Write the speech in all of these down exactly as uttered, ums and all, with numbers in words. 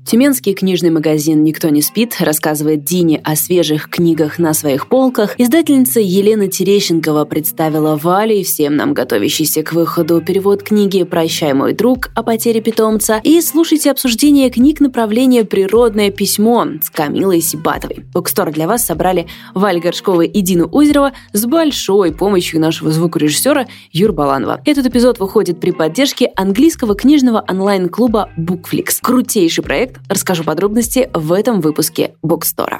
Тюменский книжный магазин «Никто не спит» рассказывает Дине о свежих книгах на своих полках. Издательница Елена Терещенкова представила Валю и всем нам готовящийся к выходу перевод книги «Прощай, мой друг» о потере питомца. И слушайте обсуждение книг направления «Природное письмо» с Камилой Сибатовой. Букстор для вас собрали Валя Горшкова и Дина Озерова с большой помощью нашего звукорежиссера Юры Баланова. Этот эпизод выходит при поддержке английского книжного онлайн-клуба Bookflix. Крутейший проект. Расскажу подробности в этом выпуске Букстора.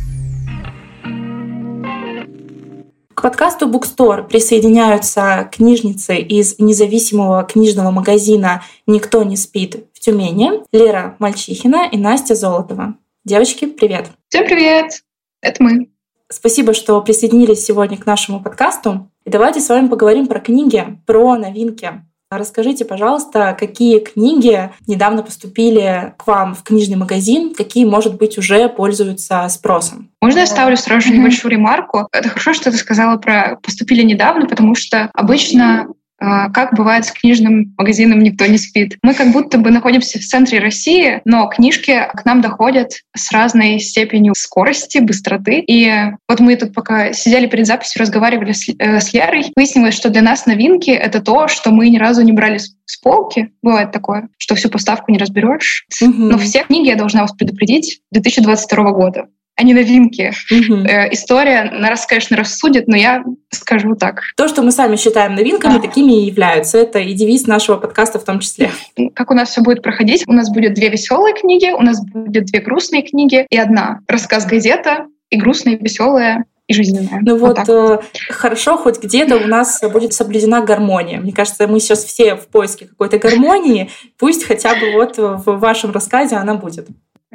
К подкасту Bookstore присоединяются книжницы из независимого книжного магазина «Никто не спит» в Тюмени, Лера Мальчихина и Настя Золотова. Девочки, привет! Всем привет! Это мы. Спасибо, что присоединились сегодня к нашему подкасту. И давайте с вами поговорим про книги, про новинки. Расскажите, пожалуйста, какие книги недавно поступили к вам в книжный магазин, какие, может быть, уже пользуются спросом? Можно я вставлю сразу же небольшую ремарку? Это хорошо, что ты сказала про «поступили недавно», потому что обычно, как бывает с книжным магазином «Никто не спит», мы как будто бы находимся в центре России, но книжки к нам доходят с разной степенью скорости, быстроты. И вот мы тут пока сидели перед записью, разговаривали с, э, с Лерой, выяснилось, что для нас новинки — это то, что мы ни разу не брали с, с полки. Бывает такое, что всю поставку не разберешь. Mm-hmm. Но все книги, я должна вас предупредить, две тысячи двадцать второго года. Они новинки. Mm-hmm. Э, история нас, конечно, рассудит, но я скажу так. То, что мы сами считаем новинками, а. такими и являются. Это и девиз нашего подкаста в том числе. Как у нас все будет проходить? У нас будет две веселые книги, у нас будет две грустные книги и одна рассказ-газета, и грустная, и веселая, и жизненная. Ну вот, вот э, хорошо, хоть где-то у нас будет соблюдена гармония. Мне кажется, мы сейчас все в поиске какой-то гармонии. Пусть хотя бы вот в вашем рассказе она будет.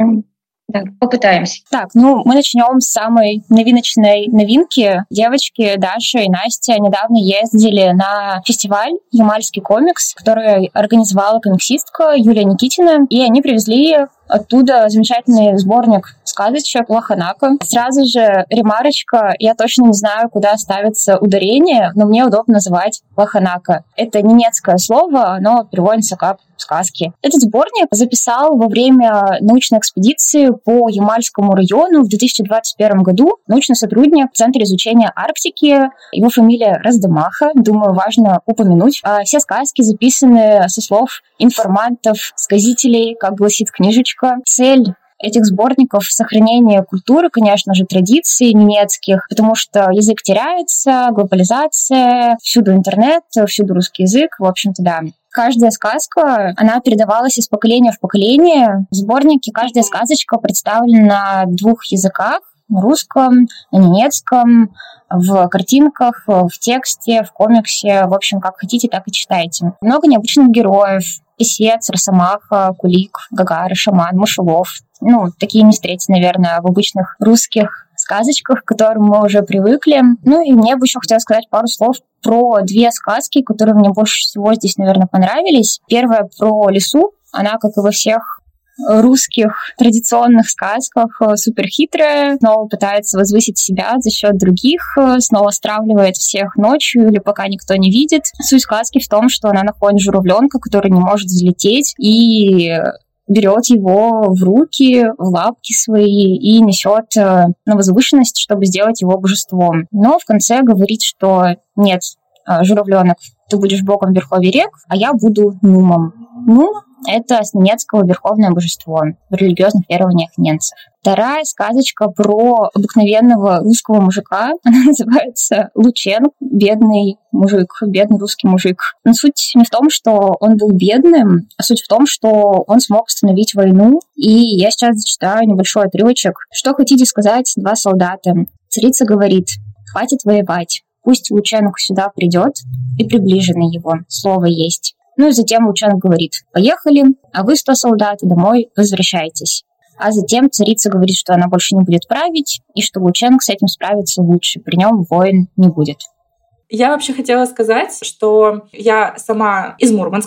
Да, попытаемся. Так, ну, мы начнем с самой новиночной новинки. Девочки Даша и Настя недавно ездили на фестиваль «Ямальский комикс», который организовала комиксистка Юлия Никитина, и они привезли оттуда замечательный сборник сказочек «Лоханака». Сразу же ремарочка, я точно не знаю, куда ставится ударение, но мне удобно называть «Лоханака». Это немецкое слово, оно переводится как «сказки». Этот сборник записал во время научной экспедиции по Ямальскому району в две тысячи двадцать первом году научный сотрудник в Центре изучения Арктики. Его фамилия Раздемаха, думаю, важно упомянуть. Все сказки записаны со слов информантов, сказителей, как гласит книжечка. Цель этих сборников — сохранение культуры, конечно же, традиций немецких, потому что язык теряется, глобализация, всюду интернет, всюду русский язык, в общем-то, да. Каждая сказка, она передавалась из поколения в поколение. В сборнике каждая сказочка представлена на двух языках: на русском, на немецком, в картинках, в тексте, в комиксе. В общем, как хотите, так и читайте. Много необычных героев: писец, росомаха, кулик, гагара, шаман, мышелов. Ну, такие не встретить, наверное, в обычных русских сказочках, к которым мы уже привыкли. Ну и мне бы еще хотелось сказать пару слов про две сказки, которые мне больше всего здесь, наверное, понравились. Первая про лису. Она, как и во всех русских традиционных сказках, супер хитрая, снова пытается возвысить себя за счет других, снова стравливает всех ночью или пока никто не видит. Суть сказки в том, что она находит журавленка, который не может взлететь, и берет его в руки, в лапки свои и несет на возвышенность, чтобы сделать его божеством. Но в конце говорит, что нет, журавленок, ты будешь богом верховья рек, а я буду нумом. Нум — это с немецкого верховное божество в религиозных верованиях немцев. Вторая сказочка про обыкновенного русского мужика. Она называется «Лучен», бедный мужик, бедный русский мужик. Но суть не в том, что он был бедным, а суть в том, что он смог остановить войну. И я сейчас зачитаю небольшой отрывочек. Что хотите сказать, два солдата? Царица говорит: хватит воевать. Пусть Лученок сюда придет, и приближенный его. Слово есть. Ну и затем Лученок говорит: поехали, а вы, сто солдат, домой возвращайтесь. А затем царица говорит, что она больше не будет править, и что Лученок с этим справится лучше, при нем войн не будет. Я вообще хотела сказать, что я сама из Мурманска,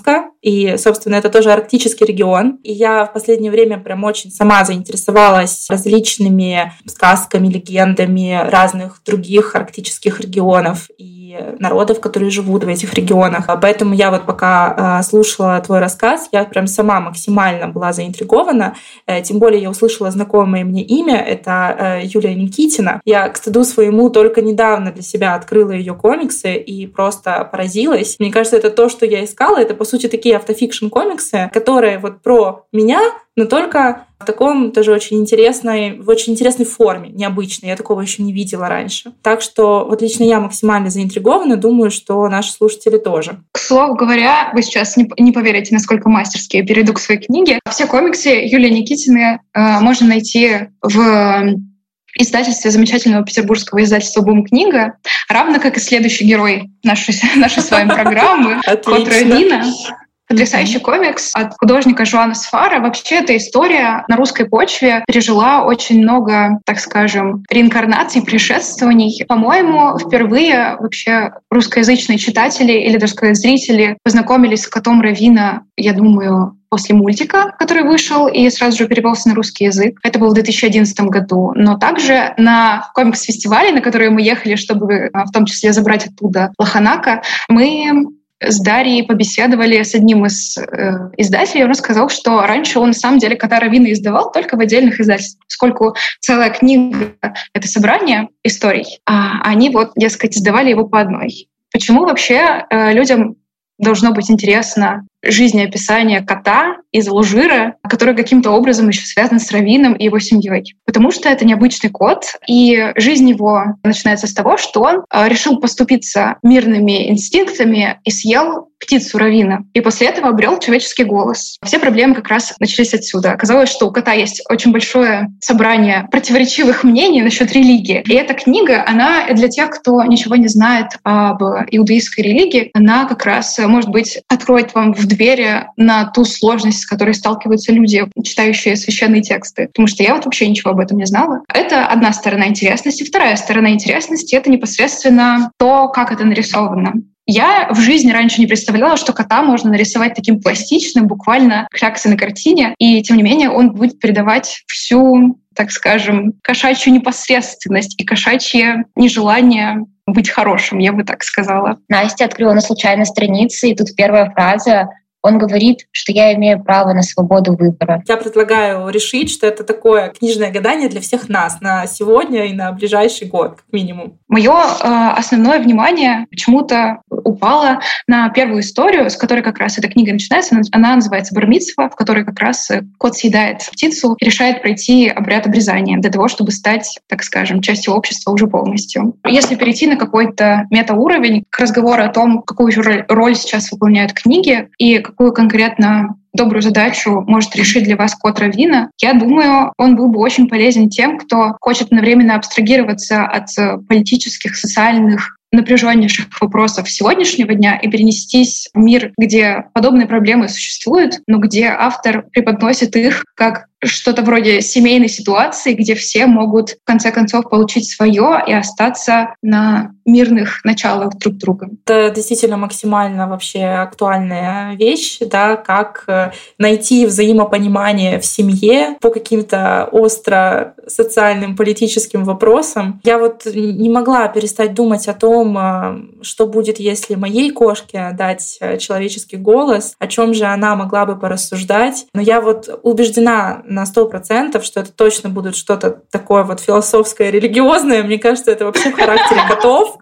И, собственно, это тоже арктический регион. И я в последнее время прям очень сама заинтересовалась различными сказками, легендами разных других арктических регионов и народов, которые живут в этих регионах. Поэтому я вот пока э, слушала твой рассказ, я прям сама максимально была заинтригована. Э, тем более я услышала знакомое мне имя. Это э, Юлия Никитина. Я, к стыду своему, только недавно для себя открыла ее комиксы и просто поразилась. Мне кажется, это то, что я искала. Это, по сути, такие автофикшн-комиксы, которые вот про меня, но только в таком тоже очень интересной, в очень интересной форме, необычной. Я такого еще не видела раньше. Так что вот лично я максимально заинтригована, думаю, что наши слушатели тоже. К слову говоря, вы сейчас не, не поверите, насколько мастерски я перейду к своей книге. Все комиксы Юлии Никитиной э, можно найти в издательстве замечательного петербургского издательства «Бум-книга», равно как и следующий герой нашей, нашей с вами программы «Кот Раввина». Потрясающий комикс от художника Жуана Сфара. Вообще, эта история на русской почве пережила очень много, так скажем, реинкарнаций, предшествований. По-моему, впервые вообще русскоязычные читатели или, даже сказать, зрители познакомились с котом Раввина, я думаю, после мультика, который вышел и сразу же перевелся на русский язык. Это было в две тысячи одиннадцатом году. Но также на комикс-фестивале, на который мы ехали, чтобы в том числе забрать оттуда Лоханака, мы с Дарьей побеседовали с одним из э, издателей, и он сказал, что раньше он на самом деле кота Раввина издавал только в отдельных издательствах, поскольку целая книга — это собрание историй, а они вот, дескать, издавали его по одной. Почему вообще э, людям должно быть интересно жизнеописание кота из Алжира, который каким-то образом еще связан с Раввином и его семьей? Потому что это необычный кот, и жизнь его начинается с того, что он решил поступиться мирными инстинктами и съел птицу Раввина, и после этого обрел человеческий голос. Все проблемы как раз начались отсюда. Оказалось, что у кота есть очень большое собрание противоречивых мнений насчет религии. И эта книга, она для тех, кто ничего не знает об иудаистской религии, она как раз, может быть, откроет вам в двери на ту сложность, с которой сталкиваются люди, читающие священные тексты. Потому что я вот вообще ничего об этом не знала. Это одна сторона интересности. Вторая сторона интересности — это непосредственно то, как это нарисовано. Я в жизни раньше не представляла, что кота можно нарисовать таким пластичным, буквально кляксы на картине, и тем не менее он будет передавать всю, так скажем, кошачью непосредственность и кошачье нежелание быть хорошим, я бы так сказала. Настя открыла на случайной странице, и тут первая фраза: он говорит, что я имею право на свободу выбора. Я предлагаю решить, что это такое книжное гадание для всех нас на сегодня и на ближайший год, как минимум. Мое э, основное внимание почему-то упало на первую историю, с которой как раз эта книга начинается. Она называется «Бар-мицва», в которой как раз кот съедает птицу и решает пройти обряд обрезания для того, чтобы стать, так скажем, частью общества уже полностью. Если перейти на какой-то метауровень к разговору о том, какую же роль сейчас выполняют книги и какую конкретно добрую задачу может решить для вас кот Раввина, я думаю, он был бы очень полезен тем, кто хочет одновременно абстрагироваться от политических, социальных, напряженнейших вопросов сегодняшнего дня и перенестись в мир, где подобные проблемы существуют, но где автор преподносит их как что-то вроде семейной ситуации, где все могут в конце концов получить свое и остаться на мирных началах друг друга. Это действительно максимально вообще актуальная вещь, да, как найти взаимопонимание в семье по каким-то остро социальным, политическим вопросам. Я вот не могла перестать думать о том, что будет, если моей кошке дать человеческий голос, о чем же она могла бы порассуждать. Но я вот убеждена на сто процентов, что это точно будет что-то такое вот философское, религиозное. Мне кажется, это вообще в характере котов.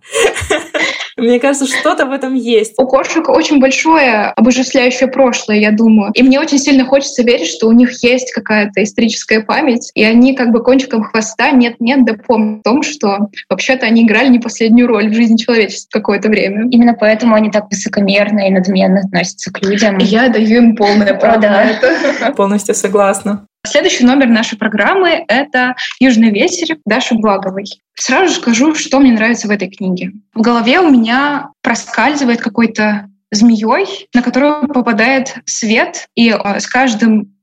Мне кажется, что-то в этом есть. У кошек очень большое обожествляющее прошлое, я думаю. И мне очень сильно хочется верить, что у них есть какая-то историческая память, и они как бы кончиком хвоста нет-нет да помнят о том, что вообще-то они играли не последнюю роль в жизни человечества какое-то время. Именно поэтому они так высокомерно и надменно относятся к людям. Я даю им полное право на это. Полностью согласна. Следующий номер нашей программы — это «Южный ветер» Даши Благовой. Сразу же скажу, что мне нравится в этой книге. В голове у меня проскальзывает какой-то змеей, на которую попадает свет, и с каждым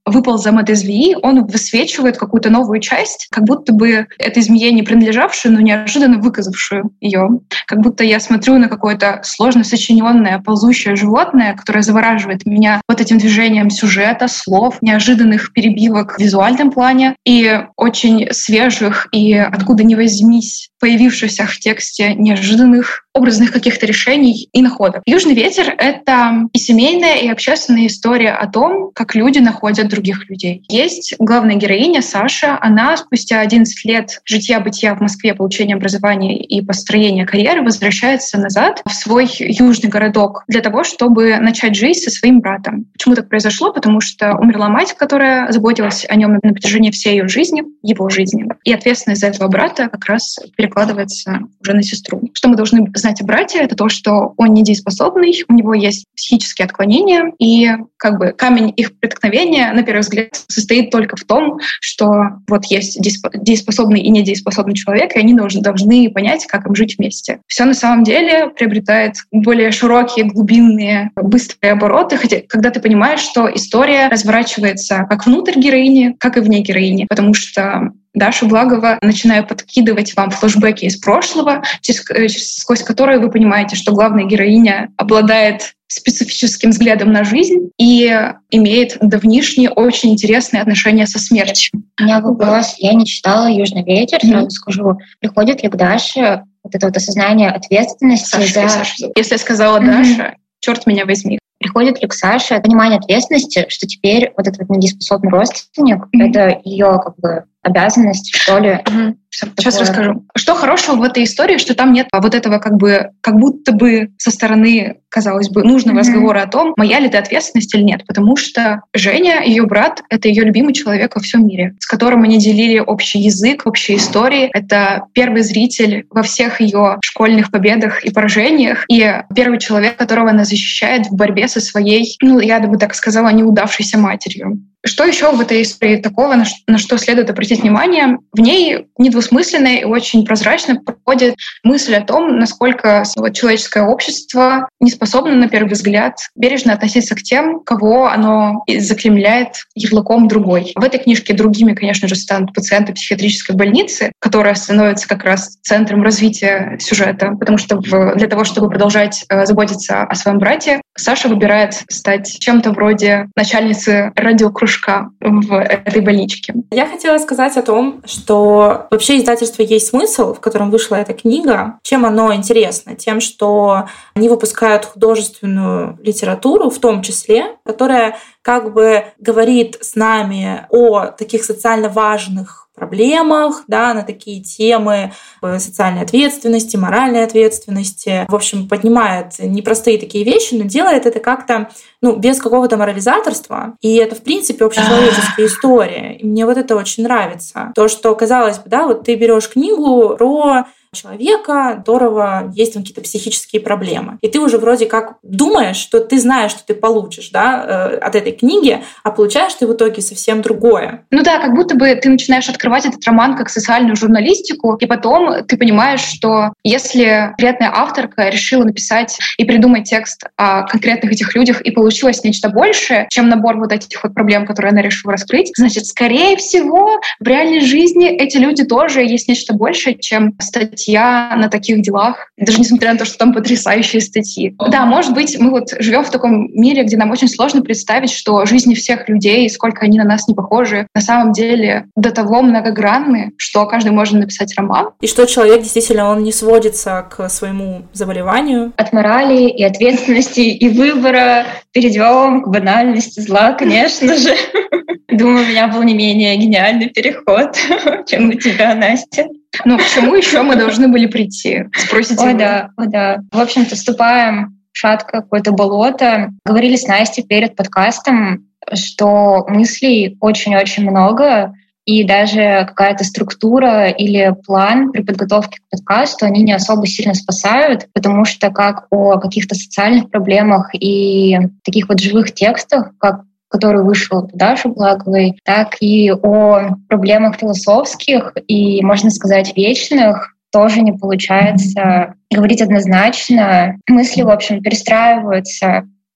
выполз за этой змеи, он высвечивает какую-то новую часть, как будто бы этой змее не принадлежавшую, но неожиданно выказавшую ее. Как будто я смотрю на какое-то сложно сочиненное ползущее животное, которое завораживает меня вот этим движением сюжета, слов, неожиданных перебивок в визуальном плане и очень свежих и откуда ни возьмись появившихся в тексте неожиданных образных каких-то решений и находок. «Южный ветер» — это и семейная, и общественная история о том, как люди находят других людей. Есть главная героиня Саша. Она спустя одиннадцать лет житья-бытия в Москве, получения образования и построения карьеры возвращается назад в свой южный городок для того, чтобы начать жизнь со своим братом. Почему так произошло? Потому что умерла мать, которая заботилась о нем на протяжении всей ее жизни, его жизни. И ответственность за этого брата как раз перекладывается уже на сестру. Что мы должны знать о брате, это то, что он недееспособный, у него есть психические отклонения, и как бы камень их преткновения, на первый взгляд, состоит только в том, что вот есть дееспособный и недееспособный человек, и они должны, должны понять, как им жить вместе. Все на самом деле приобретает более широкие, глубинные, быстрые обороты, хотя, когда ты понимаешь, что история разворачивается как внутрь героини, как и вне героини, потому что Даша Благова, начинаю подкидывать вам флешбеки из прошлого, сквозь которые вы понимаете, что главная героиня обладает специфическим взглядом на жизнь и имеет давнишние очень интересные отношения со смертью. У меня вопрос. Я не читала «Южный ветер», mm-hmm. сразу скажу. Приходит ли к Даше вот это вот осознание ответственности Саша, за... Саша. Если я сказала mm-hmm. Даша, черт меня возьми. Приходит ли к Саше понимание ответственности, что теперь вот этот вот недееспособный родственник mm-hmm. — это ее как бы обязанность, что ли? Mm-hmm. Сейчас такое. Расскажу. Что хорошего в этой истории, что там нет вот этого как бы, как будто бы со стороны, казалось бы, нужного mm-hmm. разговора о том, моя ли ты ответственность или нет. Потому что Женя, ее брат, это ее любимый человек во всем мире, с которым они делили общий язык, общие истории. Это первый зритель во всех ее школьных победах и поражениях, и первый человек, которого она защищает в борьбе со своей, ну, я бы так сказала, неудавшейся матерью. Что еще в этой истории такого, на, на что следует обратить внимание? В ней недвусмысленно и очень прозрачно проходит мысль о том, насколько вот, человеческое общество не способно, на первый взгляд, бережно относиться к тем, кого оно заклеймляет ярлыком «другой». В этой книжке другими, конечно же, станут пациенты психиатрической больницы, которая становится как раз центром развития сюжета, потому что в, для того, чтобы продолжать э, заботиться о своем брате, Саша выбирает стать чем-то вроде начальницы радиокружка в этой больничке. Я хотела сказать о том, что вообще издательство «Есть смысл», в котором вышла эта книга. Чем оно интересно? Тем, что они выпускают художественную литературу, в том числе, которая как бы говорит с нами о таких социально важных проблемах, да, на такие темы социальной ответственности, моральной ответственности. В общем, поднимает непростые такие вещи, но делает это как-то, ну, без какого-то морализаторства. И это, в принципе, общечеловеческая история. И мне вот это очень нравится. То, что, казалось бы, да, вот ты берешь книгу про человека, у которого есть там какие-то психические проблемы. И ты уже вроде как думаешь, что ты знаешь, что ты получишь, да, от этой книги, а получаешь ты в итоге совсем другое. Ну да, как будто бы ты начинаешь открывать этот роман как социальную журналистику, и потом ты понимаешь, что если конкретная авторка решила написать и придумать текст о конкретных этих людях, и получилось нечто большее, чем набор вот этих вот проблем, которые она решила раскрыть, значит, скорее всего, в реальной жизни эти люди тоже есть нечто большее, чем статья на таких делах, даже несмотря на то, что там потрясающие статьи. Да, может быть, мы вот живем в таком мире, где нам очень сложно представить, что жизни всех людей, сколько они на нас не похожи, на самом деле до того многогранны, что каждый может написать роман. И что человек действительно, он не сводится к своему заболеванию. От морали и ответственности и выбора перейдем к банальности зла, конечно же. Думаю, у меня был не менее гениальный переход, чем у тебя, Настя. Ну, к чему еще мы должны были прийти? Спросите Ой, да, ой, да. В общем-то, вступаем в шаткое какое-то болото. Говорили с Настей перед подкастом, что мыслей очень-очень много, и даже какая-то структура или план при подготовке к подкасту, они не особо сильно спасают, потому что как о каких-то социальных проблемах и таких вот живых текстах, как который вышел у Даши Благовой, так и о проблемах философских и, можно сказать, вечных, тоже не получается говорить однозначно. Мысли, в общем, перестраиваются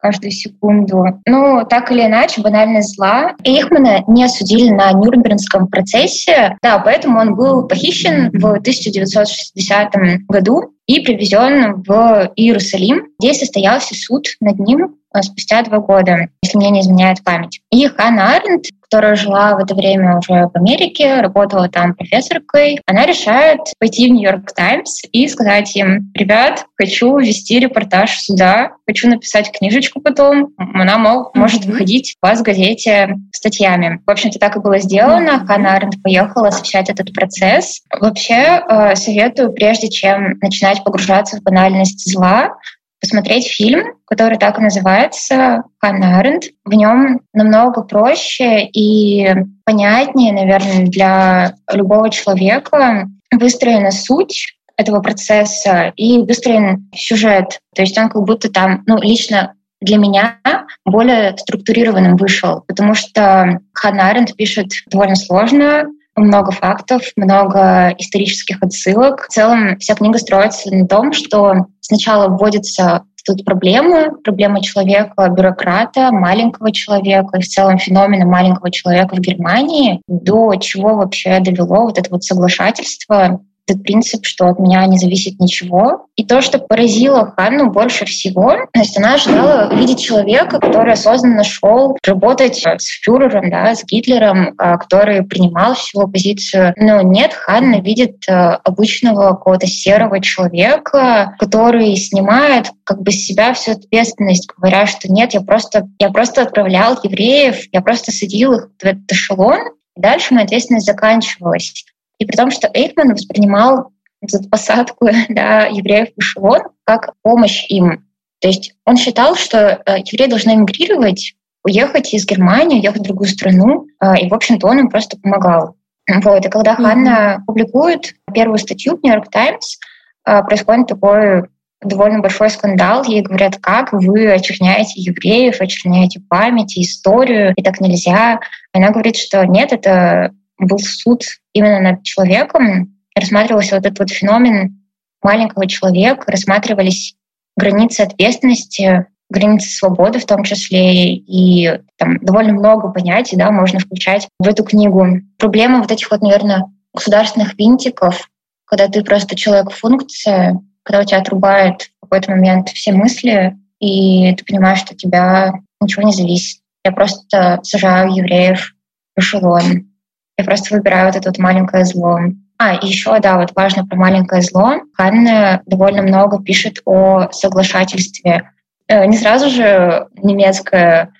каждую секунду. Ну, так или иначе, банальность зла. Эйхмана не осудили на Нюрнбергском процессе, да, поэтому он был похищен в тысяча девятьсот шестидесятом году и привезен в Иерусалим, где состоялся суд над ним спустя два года, если мне не изменяет память. И Ханна Аренд, которая жила в это время уже в Америке, работала там профессоркой, она решает пойти в Нью-Йорк Таймс и сказать им: ребят, хочу вести репортаж сюда, хочу написать книжечку потом, она мол, может выходить у вас в газете статьями. В общем-то, так и было сделано. Ханна Аренд поехала освещать этот процесс. Вообще, э, советую, прежде чем начинать погружаться в банальность зла, посмотреть фильм, который так и называется «Ханна Аренд». В нем намного проще и понятнее, наверное, для любого человека выстроена суть этого процесса и выстроен сюжет. То есть он как будто там, ну, лично для меня более структурированным вышел, потому что Ханна Аренд пишет довольно сложно, много фактов, много исторических отсылок. В целом вся книга строится на том, что сначала вводится тут проблемы, проблемы человека, бюрократа, маленького человека и в целом феномена маленького человека в Германии, до чего вообще довело вот это вот соглашательство, этот принцип, что от меня не зависит ничего. И то, что поразило Ханну больше всего, то есть она ожидала видеть человека, который осознанно шел работать с фюрером, да, с Гитлером, который принимал всю оппозицию. Но нет, Ханна видит обычного какого-то серого человека, который снимает как бы с себя всю ответственность, говоря, что нет, я просто, я просто отправлял евреев, я просто садил их в этот эшелон, и дальше моя ответственность заканчивалась. И при том, что Эйхман воспринимал эту посадку, да, евреев в эшелон как помощь им. То есть он считал, что э, евреи должны эмигрировать, уехать из Германии, уехать в другую страну, э, и, в общем-то, он им просто помогал. Вот. И когда mm-hmm. Ханна публикует первую статью в «Нью-Йорк Таймс», э, происходит такой довольно большой скандал. Ей говорят: как вы очерняете евреев, очерняете память, историю, и так нельзя. Она говорит, что нет, это был суд именно над человеком, рассматривался вот этот вот феномен маленького человека, рассматривались границы ответственности, границы свободы в том числе, и там довольно много понятий, да, можно включать в эту книгу. Проблема вот этих вот, наверное, государственных винтиков, когда ты просто человек-функция, когда у тебя отрубают в какой-то момент все мысли, и ты понимаешь, что от тебя ничего не зависит. Я просто сажаю евреев в эшелон. Я просто выбираю вот это вот маленькое зло. А, и еще, да, вот важно про маленькое зло. Ханна довольно много пишет о соглашательстве. Не сразу же немецкая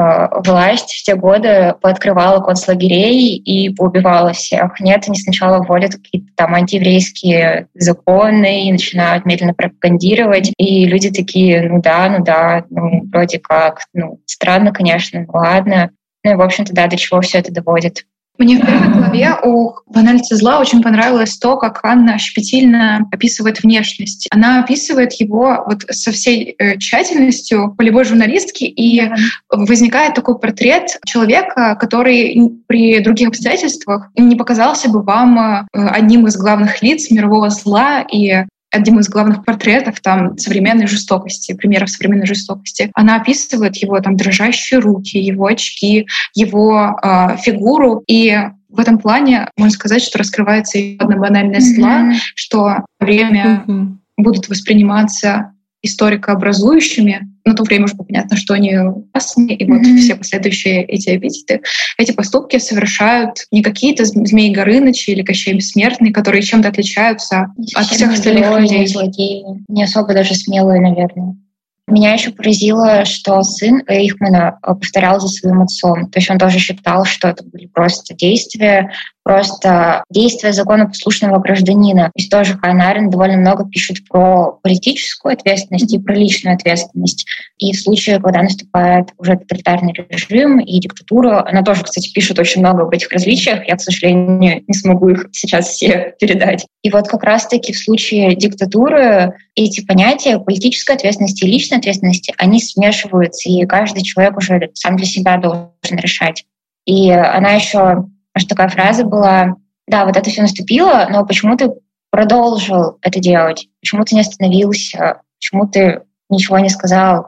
власть в те годы пооткрывала концлагерей и поубивала всех. Нет, они сначала вводят какие-то там антиеврейские законы и начинают медленно пропагандировать. И люди такие: ну да, ну да, ну вроде как, ну странно, конечно, ну ладно. Ну и, в общем-то, да, до чего все это доводит. Мне в первой главе о банальности зла очень понравилось то, как Анна щепетильно описывает внешность. Она описывает его вот со всей э, тщательностью полевой журналистки, и yeah. возникает такой портрет человека, который при других обстоятельствах не показался бы вам э, одним из главных лиц мирового зла и одним из главных портретов там современной жестокости, примеров современной жестокости. Она описывает его там дрожащие руки, его очки, его э, фигуру. И в этом плане можно сказать, что раскрывается и одна банальность зла, mm-hmm. что время mm-hmm. будут восприниматься историко-образующими. На то время уже понятно, что они опасны, и вот mm-hmm. все последующие эти эпитеты, эти поступки совершают не какие-то Змей Горыныч или Кощей Бессмертный, которые чем-то отличаются Ничем от всех остальных герой, людей. Злодеи, не особо даже смелые, наверное. Меня еще поразило, что сын Эйхмана повторял за своим отцом. То есть он тоже считал, что это были просто действия, просто действия законопослушного гражданина. То есть тоже Ханна Аренд довольно много пишет про политическую ответственность и про личную ответственность. И в случае, когда наступает уже тоталитарный режим и диктатура, она тоже, кстати, пишет очень много об этих различиях. Я, к сожалению, не смогу их сейчас все передать. И вот как раз-таки в случае диктатуры эти понятия политической ответственности и личной ответственности, они смешиваются, и каждый человек уже сам для себя должен решать. И она еще, аж такая фраза была: да, вот это все наступило, но почему ты продолжил это делать? Почему ты не остановился? Почему ты ничего не сказал?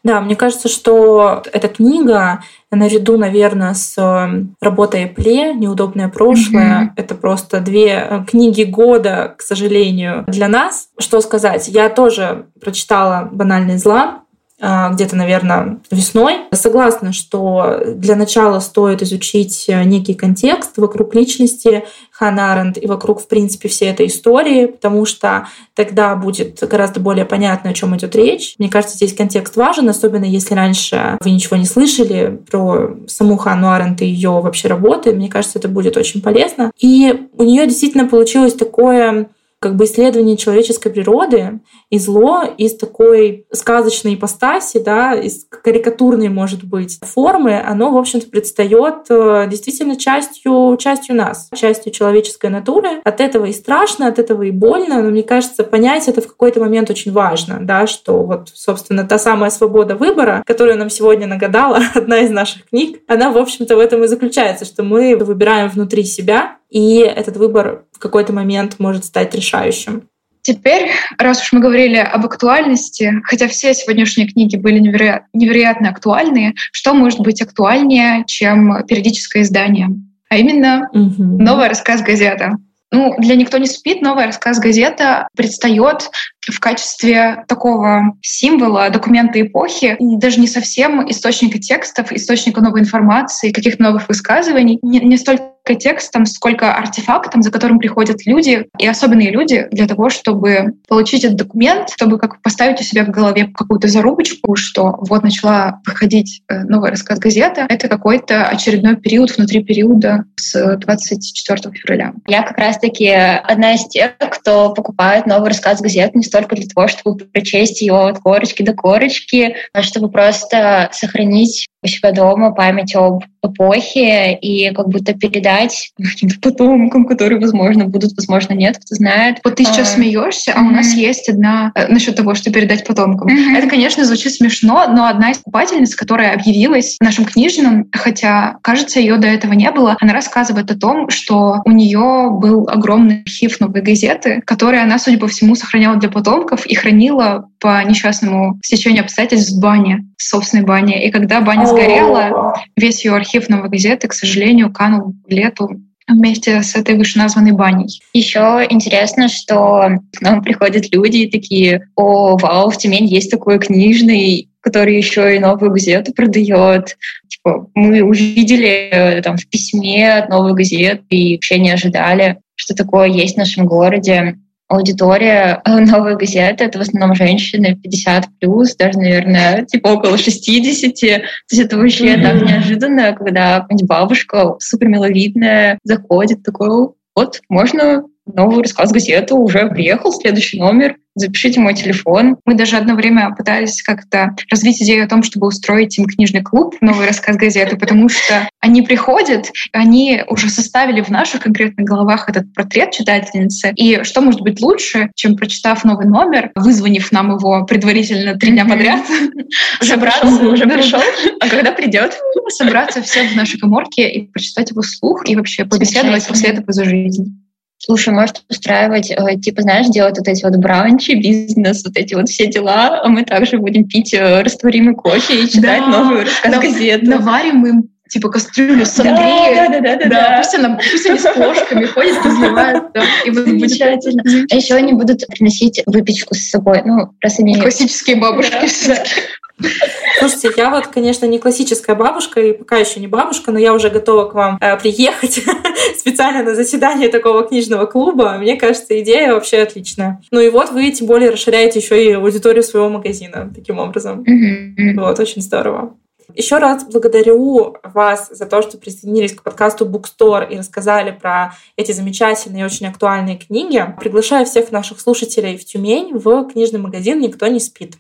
Да, мне кажется, что эта книга наряду, наверное, с работой Эпле «Неудобное прошлое». Mm-hmm. Это просто две книги года, к сожалению, для нас. Что сказать? Я тоже прочитала «Банальный зла», где-то, наверное, весной. Согласна, что для начала стоит изучить некий контекст вокруг личности Ханны Аренд и вокруг, в принципе, всей этой истории, потому что тогда будет гораздо более понятно, о чем идет речь. Мне кажется, здесь контекст важен, особенно если раньше вы ничего не слышали про саму Ханну Аренд и ее вообще работы. Мне кажется, это будет очень полезно. И у нее действительно получилось такое как бы исследование человеческой природы, и зло из такой сказочной ипостаси, да, из карикатурной, может быть, формы, оно, в общем-то, предстает действительно частью, частью нас, частью человеческой натуры. От этого и страшно, от этого и больно, но мне кажется, понять это в какой-то момент очень важно, да, что вот, собственно, та самая свобода выбора, которую нам сегодня нагадала одна из наших книг, она, в общем-то, в этом и заключается, что мы выбираем внутри себя, и этот выбор в какой-то момент может стать решающим. Теперь, раз уж мы говорили об актуальности, хотя все сегодняшние книги были неверо- невероятно актуальные, что может быть актуальнее, чем периодическое издание? А именно угу. новая рассказ-газета. Ну, для «Никто не спит» новая рассказ-газета предстает в качестве такого символа, документа эпохи, даже не совсем источника текстов, источника новой информации, каких-то новых высказываний, не, не столько текстом, сколько артефактом, за которым приходят люди, и особенные люди, для того, чтобы получить этот документ, чтобы как поставить у себя в голове какую-то зарубочку, что вот начала выходить новая рассказ-газета. Это какой-то очередной период внутри периода с двадцать четвёртого февраля. Я как раз-таки одна из тех, кто покупает новый рассказ-газету не столько для того, чтобы прочесть ее от корочки до корочки, а чтобы просто сохранить у себя дома память об эпохе и как будто передать каким-то потомкам, которые, возможно, будут, возможно, нет, кто знает. Вот ты сейчас а, смеешься, а mm-hmm. у нас есть одна э, насчет того, что передать потомкам. Mm-hmm. Это, конечно, звучит смешно, но одна из покупательниц, которая объявилась в нашем книжном, хотя, кажется, ее до этого не было, она рассказывает о том, что у нее был огромный архив «Новой газеты», который она, судя по всему, сохраняла для потомков и хранила по несчастному стечению обстоятельств в бане, в собственной бане. И когда баня сгорела, весь ее архив «Новой газеты», к сожалению, канул в лету вместе с этой вышеназванной баней. Еще интересно, что к нам приходят люди и такие: «О, вау, в Тюмени есть такой книжный, который еще и новую газету продает». Типа, мы увидели там в письме от новой газеты и вообще не ожидали, что такое есть в нашем городе. Аудитория новой газеты — это в основном женщины пятьдесят плюс, даже, наверное, типа около шестидесяти. То есть это вообще mm-hmm. так неожиданно, когда какая-нибудь бабушка супер миловидная заходит, такой: вот, можно новый рассказ-газету, уже приехал следующий номер, запишите мой телефон. Мы даже одно время пытались как-то развить идею о том, чтобы устроить им книжный клуб «Новый рассказ-газеты», потому что они приходят, они уже составили в наших конкретных головах этот портрет читательницы. И что может быть лучше, чем, прочитав новый номер, вызвонив нам его предварительно три дня подряд, собраться, уже пришел, а когда придет, собраться все в нашей каморке и прочитать его вслух и вообще побеседовать после этого за жизнь. Слушай, может устраивать, типа, знаешь, делать вот эти вот бранчи, бизнес, вот эти вот все дела, а мы также будем пить растворимый кофе и читать да, новую рассказ-газету. Наварим им типа кастрюлю с Андреем. Да, да, да, да, да. Пусть, она, пусть они с плошками ходят, разливают. Да, и вот замечательно. Будет... А еще они будут приносить выпечку с собой. Ну, раз они... Классические бабушки. Да, да. Слушайте, я вот, конечно, не классическая бабушка и пока еще не бабушка, но я уже готова к вам э, приехать специально на заседание такого книжного клуба. Мне кажется, идея вообще отличная. Ну и вот вы тем более расширяете еще и аудиторию своего магазина таким образом. Mm-hmm. Вот, очень здорово. Еще раз благодарю вас за то, что присоединились к подкасту Bookstore и рассказали про эти замечательные и очень актуальные книги. Приглашаю всех наших слушателей в Тюмень в книжный магазин «Никто не спит».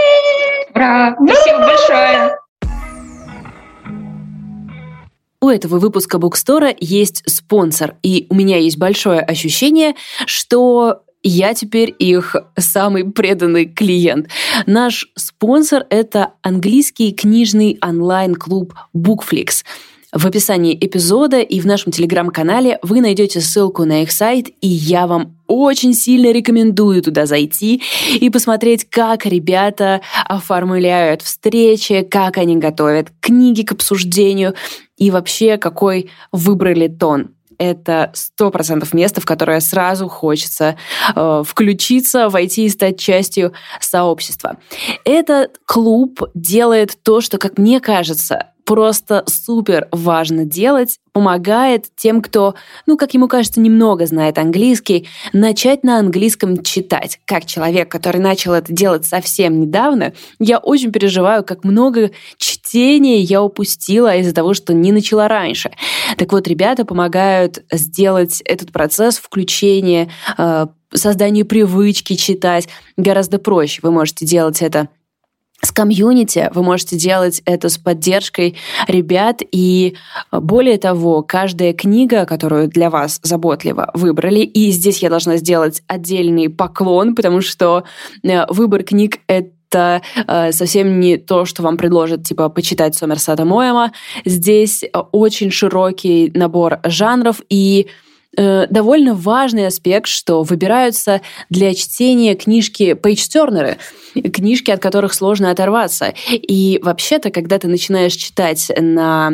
Ура! Спасибо большое! У этого выпуска Bookstore есть спонсор, и у меня есть большое ощущение, что я теперь их самый преданный клиент. Наш спонсор — это английский книжный онлайн-клуб Bookflix. В описании эпизода и в нашем телеграм-канале вы найдете ссылку на их сайт, и я вам очень сильно рекомендую туда зайти и посмотреть, как ребята оформляют встречи, как они готовят книги к обсуждению и вообще какой выбрали тон. Это сто процентов место, в которое сразу хочется э, включиться, войти и стать частью сообщества. Этот клуб делает то, что, как мне кажется, просто супер важно делать, помогает тем, кто, ну, как ему кажется, немного знает английский, начать на английском читать. Как человек, который начал это делать совсем недавно, я очень переживаю, как много чтения я упустила из-за того, что не начала раньше. Так вот, ребята помогают сделать этот процесс включения, создания привычки читать гораздо проще. Вы можете делать это с комьюнити, вы можете делать это с поддержкой ребят, и более того, каждая книга, которую для вас заботливо выбрали, и здесь я должна сделать отдельный поклон, потому что выбор книг — это Это э, совсем не то, что вам предложат, типа, почитать Сомерсета Моэма. Здесь очень широкий набор жанров и э, довольно важный аспект, что выбираются для чтения книжки пейдж-тернеры, книжки, от которых сложно оторваться. И вообще-то, когда ты начинаешь читать на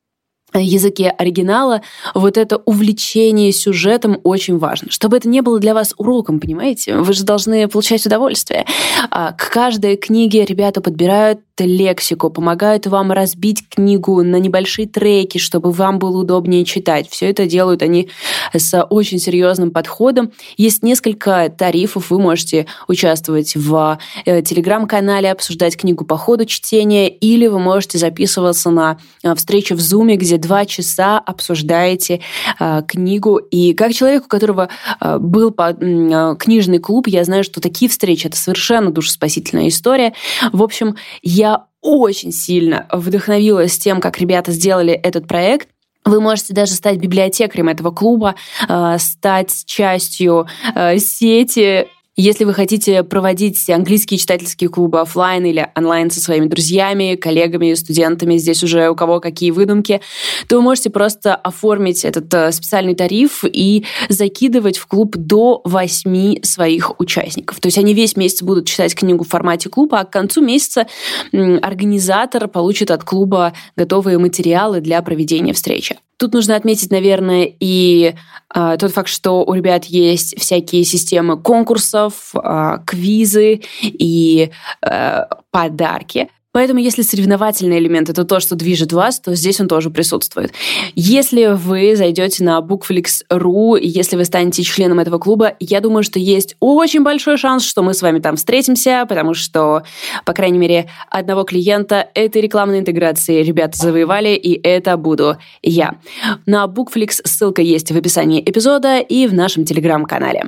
языке оригинала, вот это увлечение сюжетом очень важно. Чтобы это не было для вас уроком, понимаете? Вы же должны получать удовольствие. К каждой книге ребята подбирают лексику, помогают вам разбить книгу на небольшие треки, чтобы вам было удобнее читать. Все это делают они с очень серьезным подходом. Есть несколько тарифов. Вы можете участвовать в телеграм-канале, обсуждать книгу по ходу чтения, или вы можете записываться на встречу в Zoom, где два часа обсуждаете э, книгу. И как человек, у которого э, был по, э, книжный клуб, я знаю, что такие встречи — это совершенно душеспасительная история. В общем, я очень сильно вдохновилась тем, как ребята сделали этот проект. Вы можете даже стать библиотекарем этого клуба, э, стать частью э, сети. Если вы хотите проводить английские читательские клубы офлайн или онлайн со своими друзьями, коллегами, студентами, здесь уже у кого какие выдумки, то вы можете просто оформить этот специальный тариф и закидывать в клуб до восьми своих участников. То есть они весь месяц будут читать книгу в формате клуба, а к концу месяца организатор получит от клуба готовые материалы для проведения встречи. Тут нужно отметить, наверное, и э, тот факт, что у ребят есть всякие системы конкурсов, э, квизы и э, подарки. Поэтому, если соревновательный элемент — это то, что движет вас, то здесь он тоже присутствует. Если вы зайдете на bookflix точка ру, и если вы станете членом этого клуба, я думаю, что есть очень большой шанс, что мы с вами там встретимся, потому что, по крайней мере, одного клиента этой рекламной интеграции ребята завоевали, и это буду я. На Bookflix ссылка есть в описании эпизода и в нашем телеграм-канале.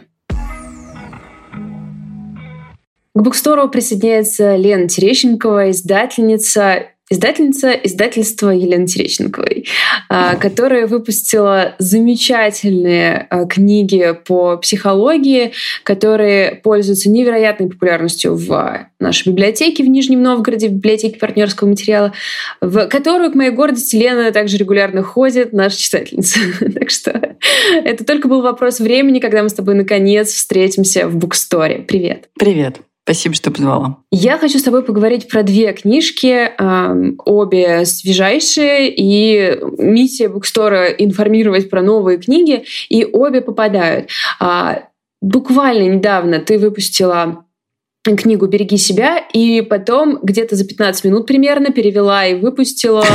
К Букстору присоединяется Лена Терещенкова, издательница, издательница издательства Елены Терещенковой, которая выпустила замечательные книги по психологии, которые пользуются невероятной популярностью в нашей библиотеке в Нижнем Новгороде, в библиотеке партнерского материала, в которую, к моей гордости, Лена также регулярно ходит, наша читательница. Так что это только был вопрос времени, когда мы с тобой наконец встретимся в Буксторе. Привет. Привет. Спасибо, что позвала. Я хочу с тобой поговорить про две книжки, э, обе свежайшие, и миссия Букстора — информировать про новые книги, и обе попадают. А, буквально недавно ты выпустила книгу «Береги себя», и потом где-то за пятнадцать минут примерно перевела и выпустила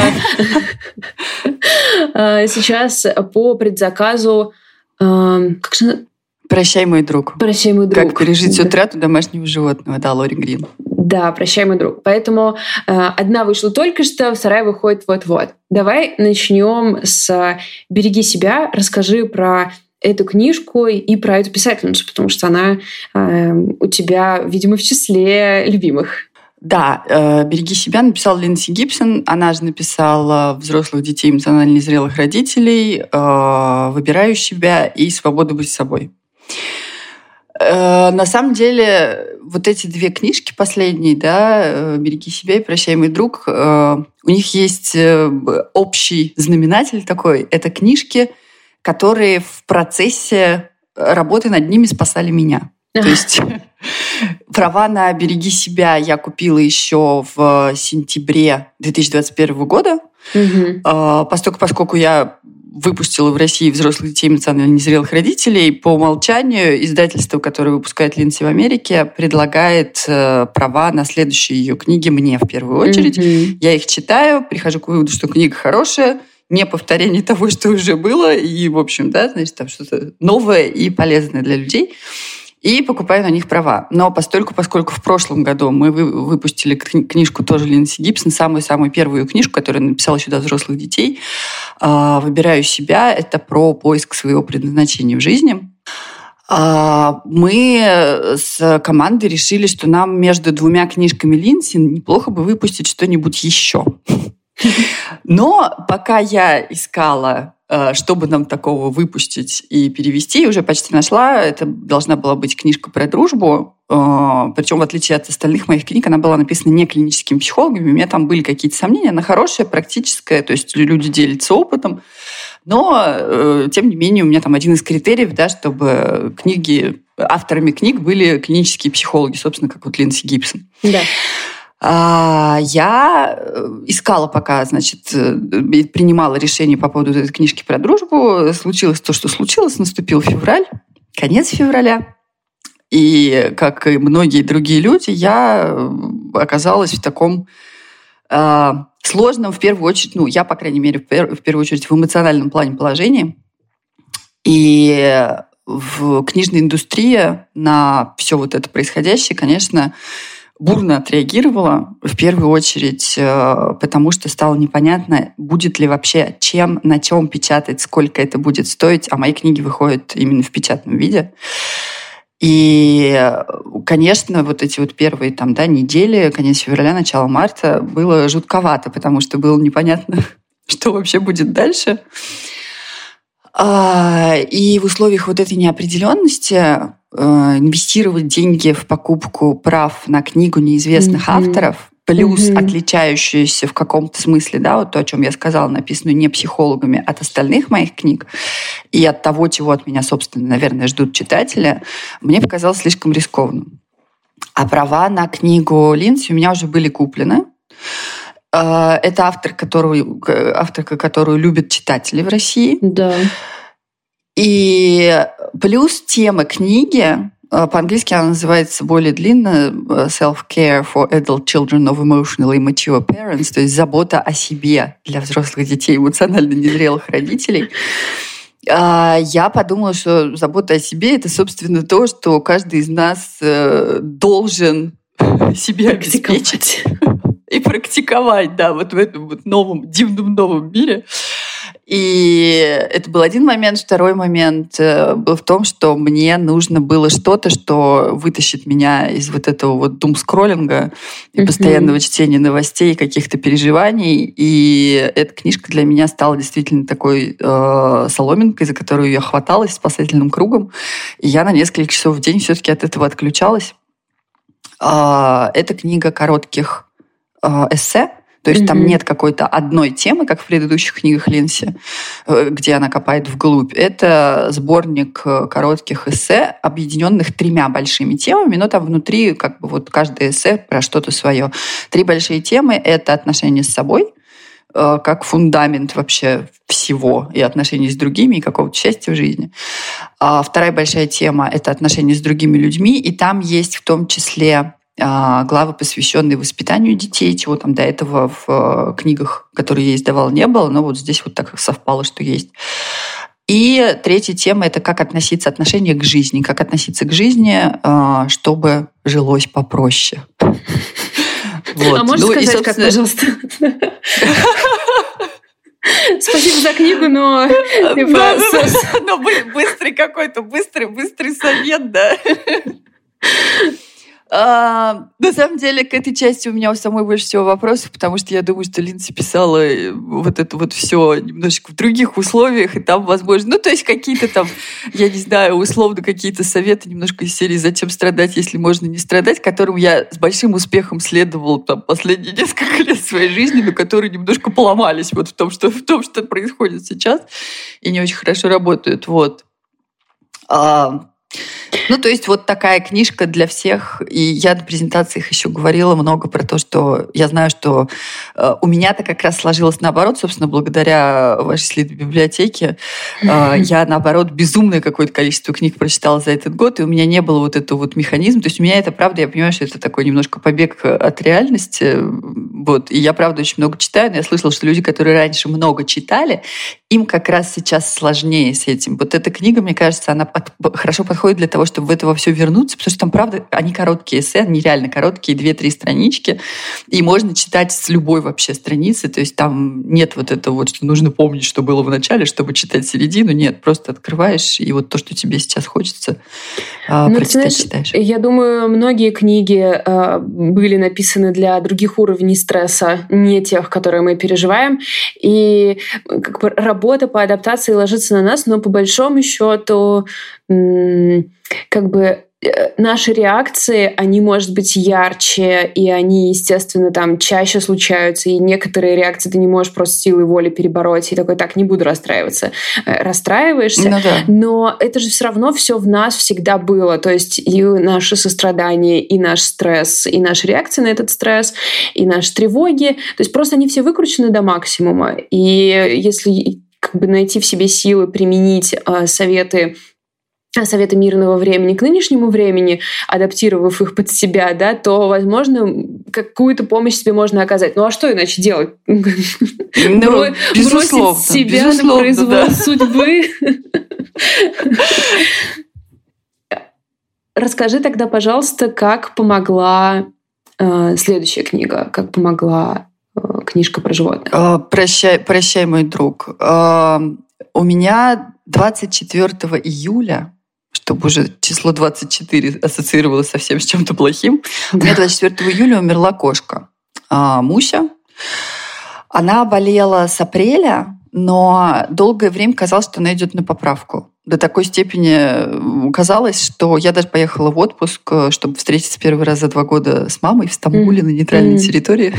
сейчас по предзаказу... Как же... «Прощай, мой друг». «Прощай, мой друг». Как пережить да. утрату домашнего животного, да, Лори Грин. Да, «Прощай, мой друг». Поэтому э, одна вышла только что, вторая выходит вот-вот. Давай начнем с «Береги себя». Расскажи про эту книжку и про эту писательницу, потому что она э, у тебя, видимо, в числе любимых. Да, э, «Береги себя» написала Линдси Гибсон. Она же написала «Взрослых детей эмоционально незрелых родителей», э, «Выбираю себя» и «Свободу быть собой». На самом деле, вот эти две книжки последние, да, «Береги себя» и «Прощай, мой друг», у них есть общий знаменатель такой. Это книжки, которые в процессе работы над ними спасали меня. То есть права на «Береги себя» я купила еще в сентябре две тысячи двадцать первого года, угу. поскольку, поскольку я выпустила в России взрослых детей эмоционально незрелых родителей, по умолчанию издательство, которое выпускает Линдси в Америке, предлагает права на следующие ее книги мне в первую очередь. Mm-hmm. Я их читаю, прихожу к выводу, что книга хорошая, не повторение того, что уже было, и, в общем, да, значит, там что-то новое и полезное для людей. И покупаю на них права. Но постольку, поскольку в прошлом году мы выпустили книжку тоже Линдси Гибсон, самую-самую первую книжку, которую написала еще для взрослых детей, «Выбираю себя», это про поиск своего предназначения в жизни. Мы с командой решили, что нам между двумя книжками Линдси неплохо бы выпустить что-нибудь еще. Но пока я искала, чтобы нам такого выпустить и перевести, уже почти нашла. Это должна была быть книжка про дружбу. Причем, в отличие от остальных моих книг, она была написана не клиническими психологами. У меня там были какие-то сомнения. Она хорошая, практическая, то есть люди делятся опытом. Но, тем не менее, у меня там один из критериев, да, чтобы книги, авторами книг были клинические психологи, собственно, как вот Линдси Гибсон. Да. Я искала пока, значит, принимала решение по поводу этой книжки про дружбу. Случилось то, что случилось. Наступил февраль, конец февраля. И, как и многие другие люди, я оказалась в таком э, сложном, в первую очередь, ну, я, по крайней мере, в, пер- в первую очередь, в эмоциональном плане положении. И в книжной индустрии на все вот это происходящее, конечно, бурно отреагировала, в первую очередь, потому что стало непонятно, будет ли вообще чем, на чем печатать, сколько это будет стоить, а мои книги выходят именно в печатном виде. И, конечно, вот эти вот первые там, да, недели, конец февраля, начало марта, было жутковато, потому что было непонятно, что вообще будет дальше. И в условиях вот этой неопределенности инвестировать деньги в покупку прав на книгу неизвестных mm-hmm. авторов, плюс mm-hmm. отличающуюся в каком-то смысле, да, вот то, о чем я сказала, написанную не психологами, от остальных моих книг и от того, чего от меня, собственно, наверное, ждут читатели, мне показалось слишком рискованным. А права на книгу Линдси у меня уже были куплены. Это автор, которую, авторка, которую любят читатели в России. Да. И плюс тема книги, по-английски она называется более длинно «Self-care for adult children of emotionally mature parents», то есть забота о себе для взрослых детей, эмоционально незрелых родителей. Я подумала, что забота о себе – это, собственно, то, что каждый из нас должен себе обеспечить и практиковать, да, вот в этом вот новом, дивном новом мире. И это был один момент. Второй момент был в том, что мне нужно было что-то, что вытащит меня из вот этого вот думскроллинга и постоянного mm-hmm. чтения новостей, каких-то переживаний. И эта книжка для меня стала действительно такой э, соломинкой, за которую я хваталась спасательным кругом. И я на несколько часов в день все-таки от этого отключалась. Э, это книга коротких э, эссе. То есть mm-hmm. там нет какой-то одной темы, как в предыдущих книгах Линдси, где она копает вглубь. Это сборник коротких эссе, объединенных тремя большими темами, но там внутри как бы вот каждое эссе про что-то свое. Три большие темы — это отношения с собой, как фундамент вообще всего, и отношений с другими, и какого-то счастья в жизни. А вторая большая тема — это отношения с другими людьми, и там есть в том числе главы, посвященные воспитанию детей, чего там до этого в книгах, которые я издавала, не было, но вот здесь вот так совпало, что есть. И третья тема — это как относиться, отношение к жизни, как относиться к жизни, чтобы жилось попроще. А можешь сказать, как, пожалуйста? Спасибо за книгу, но... Ну, быстрый какой-то, быстрый, быстрый совет, да. А, на самом деле, к этой части у меня у самой больше всего вопросов, потому что я думаю, что Линдси писала вот это вот все немножечко в других условиях, и там, возможно, ну, то есть какие-то там, я не знаю, условно какие-то советы немножко из серии «Зачем страдать, если можно не страдать», которым я с большим успехом следовала там последние несколько лет своей жизни, но которые немножко поломались вот в том, что, в том, что происходит сейчас, и не очень хорошо работают. Вот. А, ну, то есть вот такая книжка для всех. И я на презентациях еще говорила много про то, что я знаю, что э, у меня-то как раз сложилось наоборот, собственно, благодаря вашей слитной библиотеке. Э, я, наоборот, безумное какое-то количество книг прочитала за этот год, и у меня не было вот этого вот механизма. То есть у меня это, правда, я понимаю, что это такой немножко побег от реальности. Вот. И я, правда, очень много читаю, но я слышала, что люди, которые раньше много читали, им как раз сейчас сложнее с этим. Вот эта книга, мне кажется, она под, хорошо подходит для того, чтобы в это во все вернуться, потому что там, правда, они короткие эссе, они реально короткие, две-три странички, и можно читать с любой вообще страницы, то есть там нет вот этого вот, что нужно помнить, что было в начале, чтобы читать середину, нет, просто открываешь, и вот то, что тебе сейчас хочется ну, прочитать, знаешь, читаешь. Я думаю, многие книги э, были написаны для других уровней стресса, не тех, которые мы переживаем, и как бы работа по адаптации ложится на нас, но по большому счету как бы наши реакции, они, может быть, ярче, и они, естественно, там чаще случаются, и некоторые реакции ты не можешь просто силой воли перебороть, и такой, так, не буду расстраиваться. Расстраиваешься, ну, да. Но это же все равно все в нас всегда было, то есть и наши сострадания, и наш стресс, и наши реакции на этот стресс, и наши тревоги, то есть просто они все выкручены до максимума, и если как бы найти в себе силы применить э, советы советы мирного времени к нынешнему времени, адаптировав их под себя, да, то, возможно, какую-то помощь себе можно оказать. Ну а что иначе делать? Ну, безусловно, бросить себя безусловно, на произвол да. судьбы. Расскажи тогда, пожалуйста, как помогла э, следующая книга, как помогла э, книжка про животных. Прощай, прощай, мой друг. У меня двадцать четвёртого июля, чтобы уже число двадцать четыре ассоциировалось совсем с чем-то плохим, да. У меня двадцать четвёртого июля умерла кошка Муся. Она болела с апреля, но долгое время казалось, что она идет на поправку. До такой степени казалось, что я даже поехала в отпуск, чтобы встретиться первый раз за два года с мамой в Стамбуле, mm-hmm. на нейтральной mm-hmm. территории.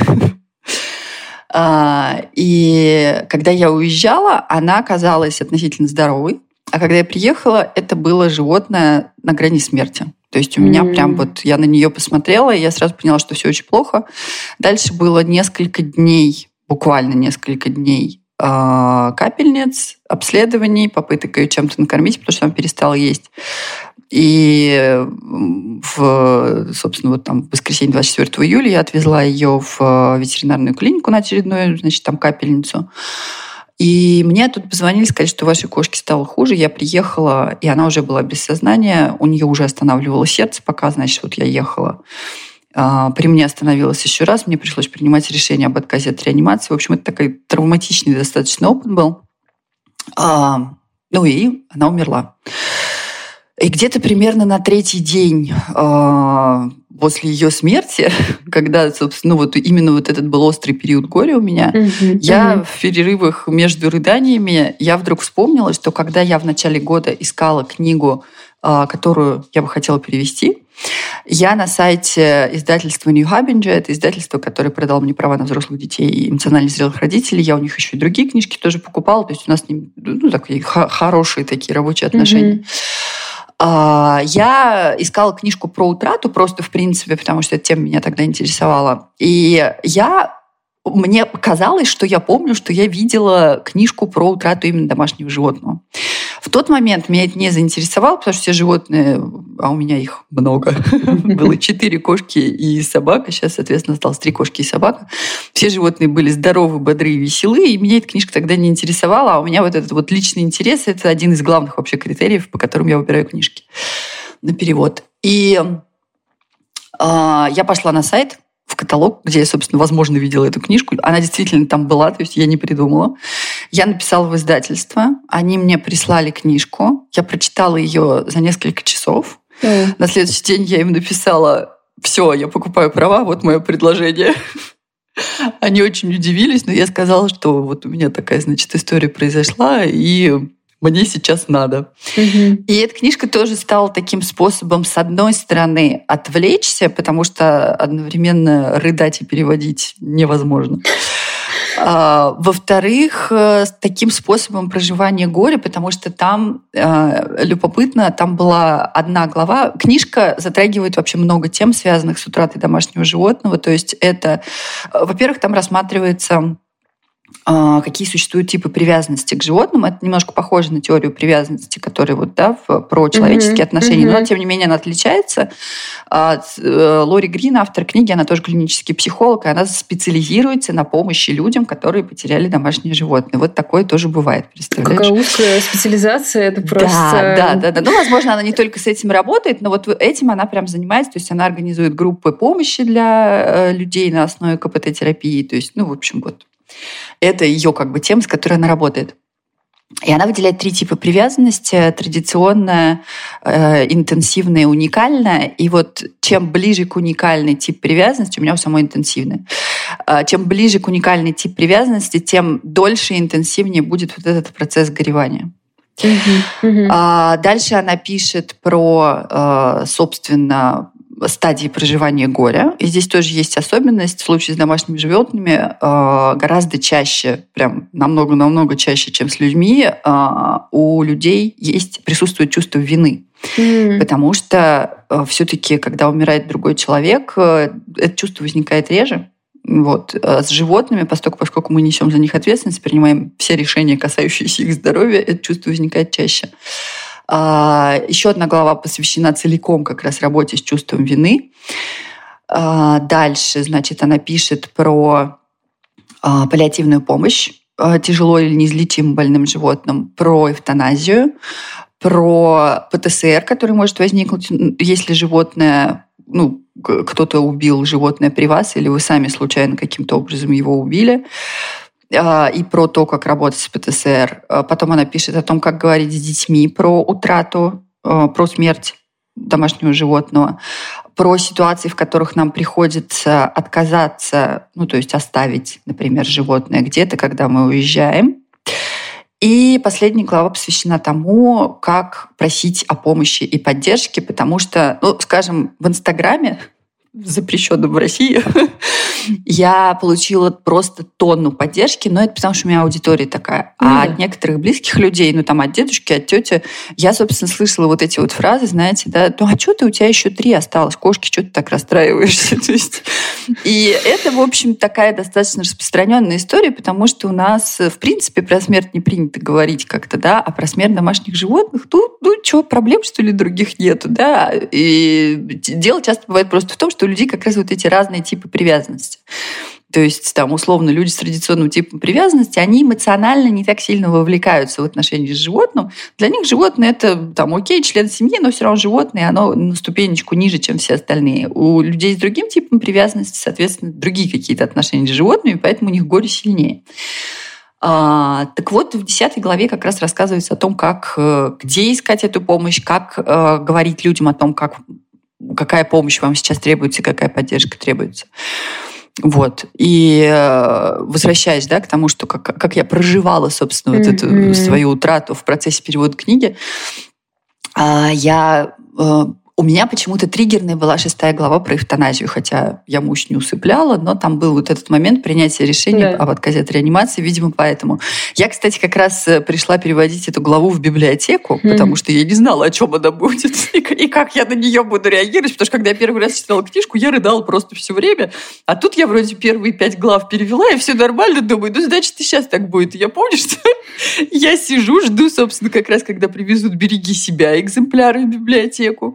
И когда я уезжала, она оказалась относительно здоровой. А когда я приехала, это было животное на грани смерти. То есть у меня mm-hmm. прям вот, я на нее посмотрела, и я сразу поняла, что все очень плохо. Дальше было несколько дней, буквально несколько дней капельниц, обследований, попыток ее чем-то накормить, потому что она перестала есть. И, в, собственно, вот там в воскресенье двадцать четвёртого июля я отвезла ее в ветеринарную клинику на очередную, значит, там капельницу. И мне тут позвонили, сказали, что вашей кошке стало хуже. Я приехала, и она уже была без сознания. У нее уже останавливалось сердце, пока, значит, вот я ехала. При мне остановилось еще раз. Мне пришлось принимать решение об отказе от реанимации. В общем, это такой травматичный достаточно опыт был. Ну и она умерла. И где-то примерно на третий день э, после ее смерти, когда, собственно, вот именно вот этот был острый период горя у меня, mm-hmm. я mm-hmm. в перерывах между рыданиями, я вдруг вспомнила, что когда я в начале года искала книгу, э, которую я бы хотела перевести, я на сайте издательства New Habinger, это издательство, которое продало мне права на взрослых детей и эмоционально зрелых родителей, я у них еще и другие книжки тоже покупала, то есть у нас с ним ну, такие хорошие такие рабочие отношения. Mm-hmm. Я искала книжку про утрату просто, в принципе, потому что эта тема меня тогда интересовала. И я, мне казалось, что я помню, что я видела книжку про утрату именно домашнего животного. В тот момент меня это не заинтересовало, потому что все животные, а у меня их много, было четыре кошки и собака, сейчас, соответственно, осталось три кошки и собака. Все животные были здоровы, бодрые, веселые, и меня эта книжка тогда не интересовала, а у меня вот этот вот личный интерес – это один из главных вообще критериев, по которым я выбираю книжки на перевод. И э, я пошла на сайт, в каталог, где я, собственно, возможно, видела эту книжку. Она действительно там была, то есть я не придумала. Я написала в издательство, они мне прислали книжку, я прочитала ее за несколько часов. Mm. На следующий день я им написала все, я покупаю права, вот мое предложение. Они очень удивились, но я сказала, что вот у меня такая, значит, история произошла, и мне сейчас надо. Mm-hmm. И эта книжка тоже стала таким способом, с одной стороны, отвлечься, потому что одновременно рыдать и переводить невозможно. А, во-вторых, с таким способом проживания горя, потому что там э, любопытно, там была одна глава. Книжка затрагивает вообще много тем, связанных с утратой домашнего животного. То есть это, во-первых, там рассматривается, какие существуют типы привязанности к животным. Это немножко похоже на теорию привязанности, которая вот, да, про человеческие mm-hmm. отношения, mm-hmm. но тем не менее она отличается. Лори Грин, автор книги, она тоже клинический психолог, и она специализируется на помощи людям, которые потеряли домашние животные. Вот такое тоже бывает, представляешь? Какая узкая специализация, это просто... Да, да, да, да. Ну, возможно, она не только с этим работает, но вот этим она прям занимается, то есть она организует группы помощи для людей на основе ка пэ тэ-терапии, то есть, ну, в общем, вот. Это ее как бы тема, с которой она работает. И она выделяет три типа привязанности: традиционная, э, интенсивная, уникальная. И вот чем ближе к уникальной тип привязанности, у меня у самой интенсивная, э, чем ближе к уникальной тип привязанности, тем дольше и интенсивнее будет вот этот процесс горевания. Uh-huh, uh-huh. А дальше она пишет про, э, собственно, стадии проживания горя. И здесь тоже есть особенность. В случае с домашними животными э, гораздо чаще, прям намного-намного чаще, чем с людьми, э, у людей есть, присутствует чувство вины. Mm. Потому что э, все-таки, когда умирает другой человек, э, это чувство возникает реже. Вот. А с животными, поскольку, поскольку мы несем за них ответственность, принимаем все решения, касающиеся их здоровья, это чувство возникает чаще. Еще одна глава посвящена целиком как раз работе с чувством вины. Дальше, значит, она пишет про паллиативную помощь тяжело или неизлечимо больным животным, про эвтаназию, про пэ тэ эс эр, который может возникнуть, если животное, ну, кто-то убил животное при вас, или вы сами случайно каким-то образом его убили, и про то, как работать с пэ тэ эс эр. Потом она пишет о том, как говорить с детьми про утрату, про смерть домашнего животного, про ситуации, в которых нам приходится отказаться, ну, то есть оставить, например, животное где-то, когда мы уезжаем. И последняя глава посвящена тому, как просить о помощи и поддержке, потому что, ну, скажем, в Инстаграме, запрещенном в России, я получила просто тонну поддержки, но это потому, что у меня аудитория такая. А mm-hmm. от некоторых близких людей, ну там от дедушки, от тети, я, собственно, слышала вот эти вот фразы, знаете, да, ну а что ты, у тебя еще три осталось, кошки, что ты так расстраиваешься? То есть, и это, в общем, такая достаточно распространенная история, потому что у нас, в принципе, про смерть не принято говорить как-то, да, а про смерть домашних животных, ну, ну что, проблем, что ли, других нету, да? И дело часто бывает просто в том, что у людей как раз вот эти разные типы привязанности. То есть, там, условно, люди с традиционным типом привязанности, они эмоционально не так сильно вовлекаются в отношения с животным. Для них животное — это, там, окей, член семьи, но все равно животное, оно на ступенечку ниже, чем все остальные. У людей с другим типом привязанности, соответственно, другие какие-то отношения с животными, поэтому у них горе сильнее. А, так вот, в десятой главе как раз рассказывается о том, как, где искать эту помощь, как э, говорить людям о том, как, какая помощь вам сейчас требуется, какая поддержка требуется. Вот. И возвращаясь, да, к тому, что как, как я проживала, собственно, вот mm-hmm. эту свою утрату в процессе перевода книги, я... У меня почему-то триггерной была шестая глава про эвтаназию, хотя я муж не усыпляла, но там был вот этот момент принятия решения да. об отказе от реанимации, видимо, поэтому. Я, кстати, как раз пришла переводить эту главу в библиотеку, mm-hmm. потому что я не знала, о чем она будет и как я на нее буду реагировать, потому что когда я первый раз читала книжку, я рыдала просто все время, а тут я вроде первые пять глав перевела, и все нормально, думаю, ну, значит, и сейчас так будет. И я помню, что я сижу, жду, собственно, как раз, когда привезут «Береги себя» экземпляры в библиотеку.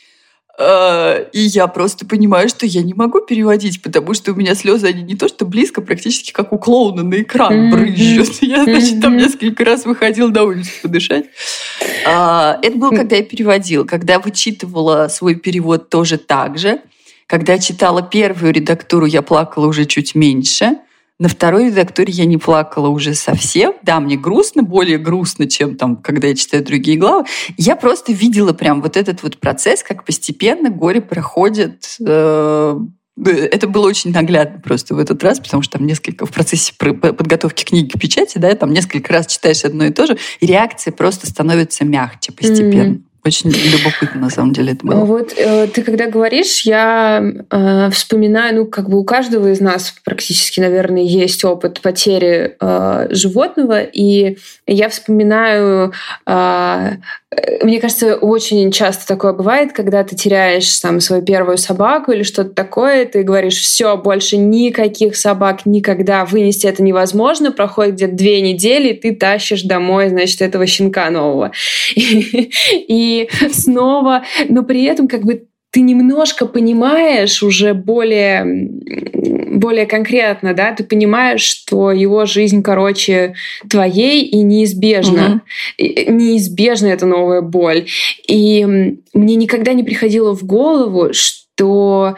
И я просто понимаю, что я не могу переводить, потому что у меня слезы, они не то что близко, практически как у клоуна на экран брызжут. Я, значит, там несколько раз выходила на улицу подышать. Это было, когда я переводила. Когда вычитывала свой перевод, тоже так же. Когда я читала первую редактуру, я плакала уже чуть меньше. На второй редактуре я не плакала уже совсем. Да, мне грустно, более грустно, чем там, когда я читаю другие главы. Я просто видела прям вот этот вот процесс, как постепенно горе проходит. Это было очень наглядно просто в этот раз, потому что там несколько в процессе подготовки книги к печати, да, там несколько раз читаешь одно и то же, и реакция просто становится мягче постепенно. Mm-hmm. Очень любопытно, на самом деле, это было. Вот э, ты когда говоришь, я э, вспоминаю, ну, как бы у каждого из нас практически, наверное, есть опыт потери э, животного, и я вспоминаю, э, мне кажется, очень часто такое бывает, когда ты теряешь там свою первую собаку или что-то такое, ты говоришь, все, больше никаких собак никогда, вынести это невозможно, проходит где-то две недели, и ты тащишь домой, значит, этого щенка нового. И И снова, но при этом как бы ты немножко понимаешь уже более, более конкретно, да, ты понимаешь, что его жизнь короче твоей и неизбежна. Mm-hmm. Неизбежна эта новая боль. И мне никогда не приходило в голову, что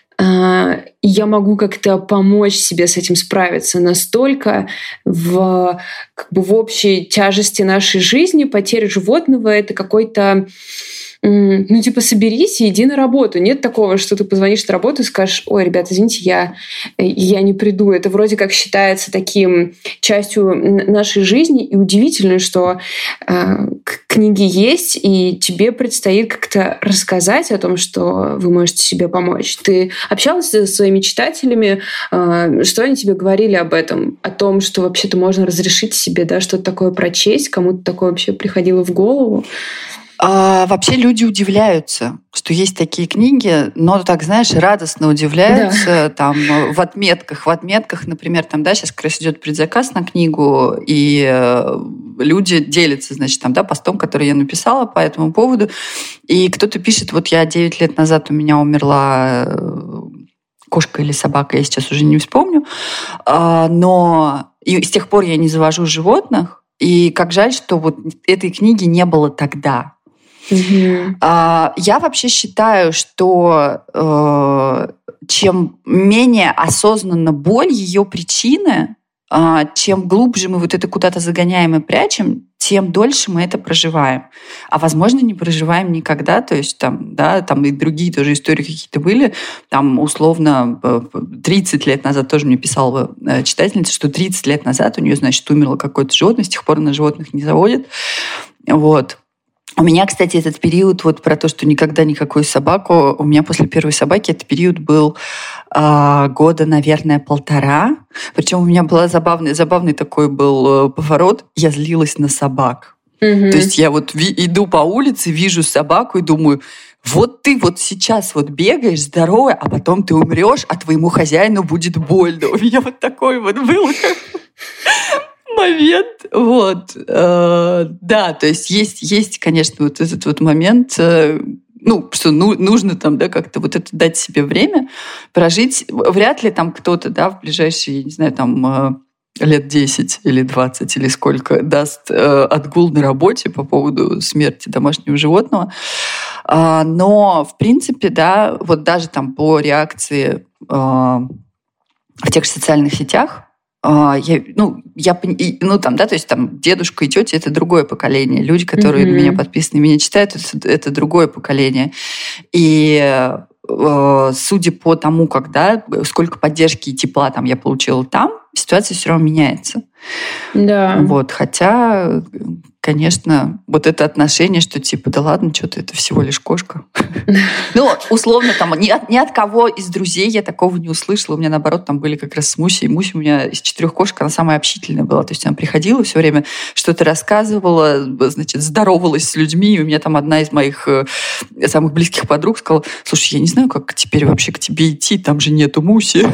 я могу как-то помочь себе с этим справиться. Настолько в, как бы в общей тяжести нашей жизни потеря животного — это какой-то, ну, типа, соберись и иди на работу. Нет такого, что ты позвонишь на работу и скажешь, ой, ребята, извините, я, я не приду. Это вроде как считается таким частью нашей жизни. И удивительно, что э, книги есть, и тебе предстоит как-то рассказать о том, что вы можете себе помочь. Ты общалась со своими читателями? Э, что они тебе говорили об этом? О том, что вообще-то можно разрешить себе, да, что-то такое прочесть? Кому-то такое вообще приходило в голову? А, вообще люди удивляются, что есть такие книги, но так, знаешь, радостно удивляются. Да. Там в отметках, в отметках, например, там, да, сейчас как раз идет предзаказ на книгу, и люди делятся, значит, там, да, постом, который я написала по этому поводу, и кто-то пишет, вот я девять лет назад у меня умерла кошка или собака, я сейчас уже не вспомню, но и с тех пор я не завожу животных, и как жаль, что вот этой книги не было тогда. Mm-hmm. Я вообще считаю, что э, чем менее осознанна боль, ее причины, э, чем глубже мы вот это куда-то загоняем и прячем, тем дольше мы это проживаем. А, возможно, не проживаем никогда. То есть там, да, там и другие тоже истории какие-то были. Там, условно, тридцать лет назад тоже мне писала читательница, что тридцать лет назад у нее, значит, умерло какое-то животное, с тех пор она животных не заводит. Вот. У меня, кстати, этот период, вот про то, что никогда никакую собаку, у меня после первой собаки этот период был э, года, наверное, полтора. Причем у меня был забавный, забавный такой был поворот. Я злилась на собак. Mm-hmm. То есть я вот ви- иду по улице, вижу собаку и думаю, вот ты вот сейчас вот бегаешь здоровая, а потом ты умрешь, а твоему хозяину будет больно. У меня вот такой вот был момент. Вот. Да, то есть есть, есть, конечно, вот этот вот момент, ну, что ну, нужно там, да, как-то вот это дать себе время прожить. Вряд ли там кто-то, да, в ближайшие, я не знаю, там лет десять или двадцать или сколько даст отгул на работе по поводу смерти домашнего животного. Но, в принципе, да, вот даже там по реакции в тех же социальных сетях, Я, ну, я, ну, там, да, то есть там дедушка и тетя — это другое поколение. Люди, которые mm-hmm. на меня подписаны, меня читают, это, это другое поколение. И э, судя по тому, когда, сколько поддержки и тепла там я получила там, ситуация все равно меняется. Да. Вот, хотя, конечно, вот это отношение, что типа, да ладно, что-то это всего лишь кошка. Ну, условно, там ни от, ни от кого из друзей я такого не услышала. У меня, наоборот, там были как раз с Мусей. Муся у меня из четырех кошек, она самая общительная была. То есть она приходила все время, что-то рассказывала, значит, здоровалась с людьми. И у меня там одна из моих самых близких подруг сказала, слушай, я не знаю, как теперь вообще к тебе идти, там же нету Муси.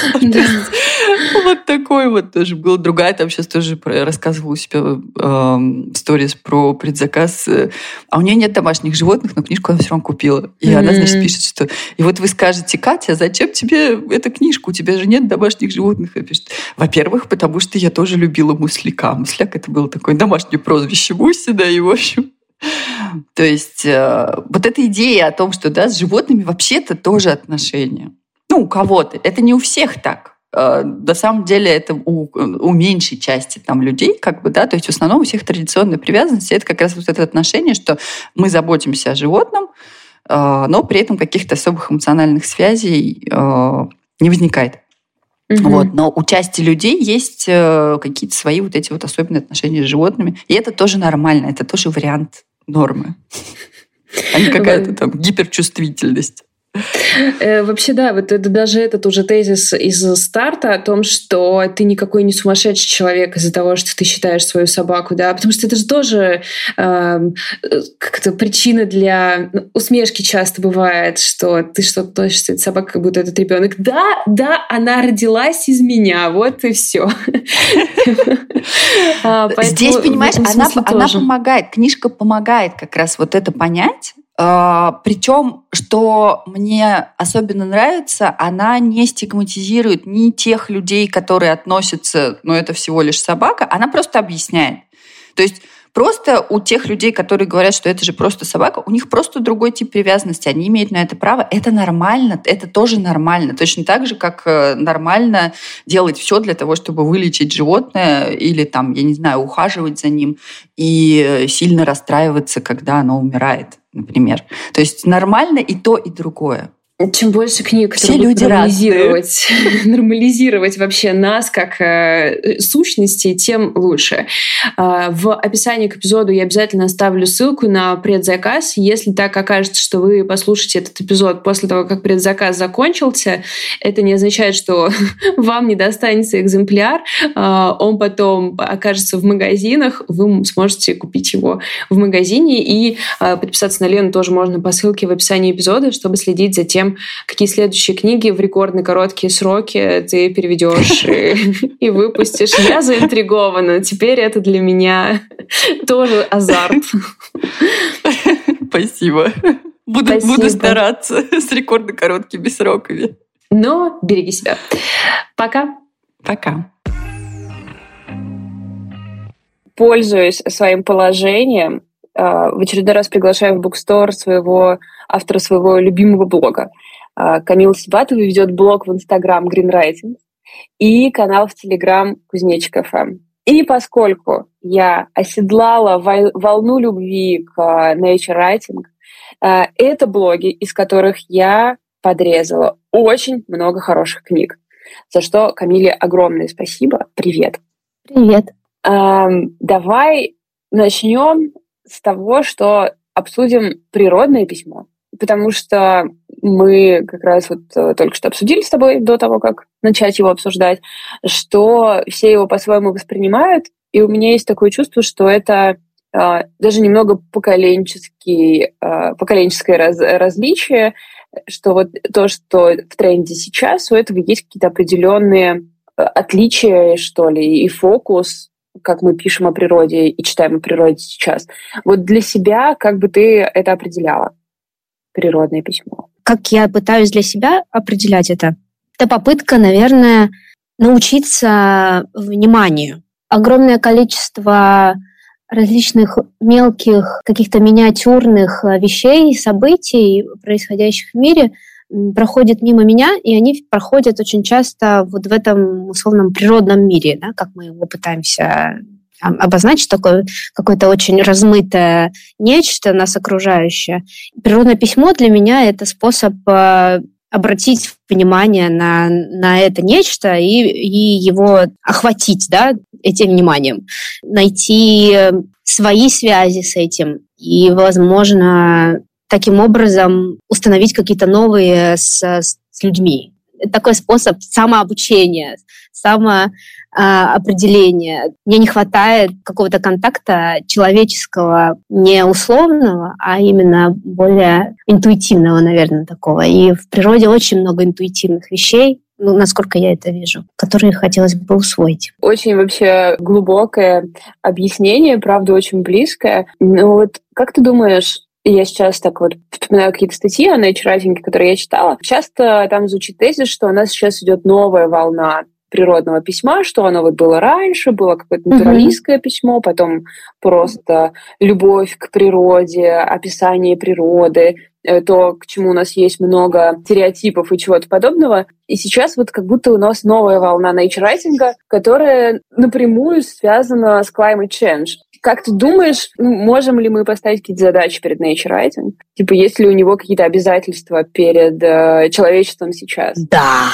Вот такой вот тоже был. Другая там сейчас тоже рассказывала у себя в сторис про предзаказ. А у нее нет домашних животных, но книжку она все равно купила. И mm-hmm. она, значит, пишет, что... И вот вы скажете, Катя, зачем тебе эта книжка? У тебя же нет домашних животных. И пишет, во-первых, потому что я тоже любила Мусляка. Мусляк — это было такое домашнее прозвище Муси, да, и в общем... То есть вот эта идея о том, что, да, с животными вообще-то тоже отношения. Ну, у кого-то. Это не у всех так. На самом деле это у, у меньшей части там людей, как бы, да, то есть в основном у всех традиционная привязанность, это как раз вот это отношение, что мы заботимся о животном, но при этом каких-то особых эмоциональных связей не возникает. Угу. Вот. Но у части людей есть какие-то свои вот эти вот особенные отношения с животными, и это тоже нормально, это тоже вариант нормы, а не какая-то там гиперчувствительность. Вообще, да, вот это даже этот уже тезис из старта о том, что ты никакой не сумасшедший человек из-за того, что ты считаешь свою собаку, да, потому что это же тоже э, как-то причина для усмешки часто бывает, что ты что-то относишься к собаке, как будто этот ребенок. Да, да, она родилась из меня, вот и все. Здесь, понимаешь, она помогает, книжка помогает как раз вот это понять. Uh, причем, что мне особенно нравится, она не стигматизирует ни тех людей, которые относятся, ну, это всего лишь собака, она просто объясняет. То есть просто у тех людей, которые говорят, что это же просто собака, у них просто другой тип привязанности, они имеют на это право, это нормально, это тоже нормально. Точно так же, как нормально делать все для того, чтобы вылечить животное или, там, я не знаю, ухаживать за ним и сильно расстраиваться, когда оно умирает, например. То есть нормально и то, и другое. Чем больше книг, которые будут нормализировать, нормализировать вообще нас как э, сущности, тем лучше. Э, в описании к эпизоду я обязательно оставлю ссылку на предзаказ. Если так окажется, что вы послушаете этот эпизод после того, как предзаказ закончился, это не означает, что вам не достанется экземпляр. Э, он потом окажется в магазинах, вы сможете купить его в магазине, и э, подписаться на Лену тоже можно по ссылке в описании эпизода, чтобы следить за тем, какие следующие книги в рекордно короткие сроки ты переведешь и, и выпустишь. Я заинтригована. Теперь это для меня тоже азарт. Спасибо. Буду, Спасибо. Буду стараться с рекордно короткими сроками. Но береги себя. Пока. Пока. Пользуясь своим положением, в очередной раз приглашаю в Bookstore своего автора своего любимого блога. Камила Сибатова ведет блог в Инстаграм Greenwriting и канал в Телеграм Кузнечик эф эм. И поскольку я оседлала волну любви к nature writing, это блоги, из которых я подрезала очень много хороших книг, за что Камиле огромное спасибо. Привет. Привет. Давай начнем с того, что обсудим природное письмо, потому что мы как раз вот только что обсудили с тобой до того, как начать его обсуждать, что все его по-своему воспринимают, и у меня есть такое чувство, что это э, даже немного поколенческий, э, поколенческое раз, различие, что вот то, что в тренде сейчас, у этого есть какие-то определенные отличия, что ли, и фокус, как мы пишем о природе и читаем о природе сейчас. Вот для себя как бы ты это определяла, природное письмо? Как я пытаюсь для себя определять это? Это попытка, наверное, научиться вниманию. Огромное количество различных мелких, каких-то миниатюрных вещей, событий, происходящих в мире, проходят мимо меня, и они проходят очень часто вот в этом условном природном мире, да, как мы его пытаемся обозначить, такое какое-то очень размытое нечто нас окружающее. Природное письмо для меня — это способ обратить внимание на, на это нечто и, и его охватить, да, этим вниманием, найти свои связи с этим и, возможно, таким образом установить какие-то новые с, с людьми. Это такой способ самообучения, самоопределения. Мне не хватает какого-то контакта человеческого, не условного, а именно более интуитивного, наверное, такого. И в природе очень много интуитивных вещей, ну, насколько я это вижу, которые хотелось бы усвоить. Очень вообще глубокое объяснение, правда, очень близкое. Но вот как ты думаешь, я сейчас так вот вспоминаю какие-то статьи о nature writing, которые я читала. Часто там звучит тезис, что у нас сейчас идет новая волна природного письма, что оно вот было раньше, было какое-то натуралистское mm-hmm. письмо, потом просто любовь к природе, описание природы, то, к чему у нас есть много стереотипов и чего-то подобного. И сейчас вот как будто у нас новая волна nature-райтинга, которая напрямую связана с climate change. Как ты думаешь, ну, можем ли мы поставить какие-то задачи перед nature writing? Типа, есть ли у него какие-то обязательства перед э, человечеством сейчас? Да.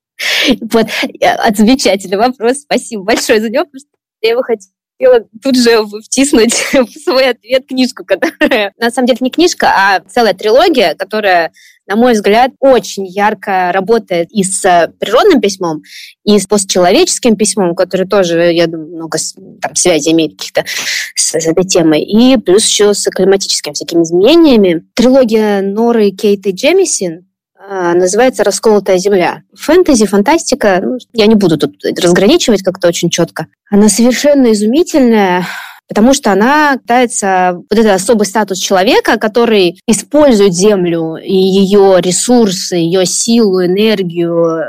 Вот, замечательный вопрос. Спасибо большое за него, потому что я его хотела тут же втиснуть в свой ответ книжку, которая, на самом деле, не книжка, а целая трилогия, которая, на мой взгляд, очень ярко работает и с природным письмом, и с постчеловеческим письмом, который тоже, я думаю, много там, связей имеет каких-то с, с этой темой, и плюс еще с климатическими всякими изменениями. Трилогия Норы Кейты Джемисон называется «Расколотая земля». Фэнтези, фантастика, ну, я не буду тут разграничивать как-то очень четко. Она совершенно изумительная, потому что она пытается вот этот особый статус человека, который использует землю и ее ресурсы, ее силу, энергию,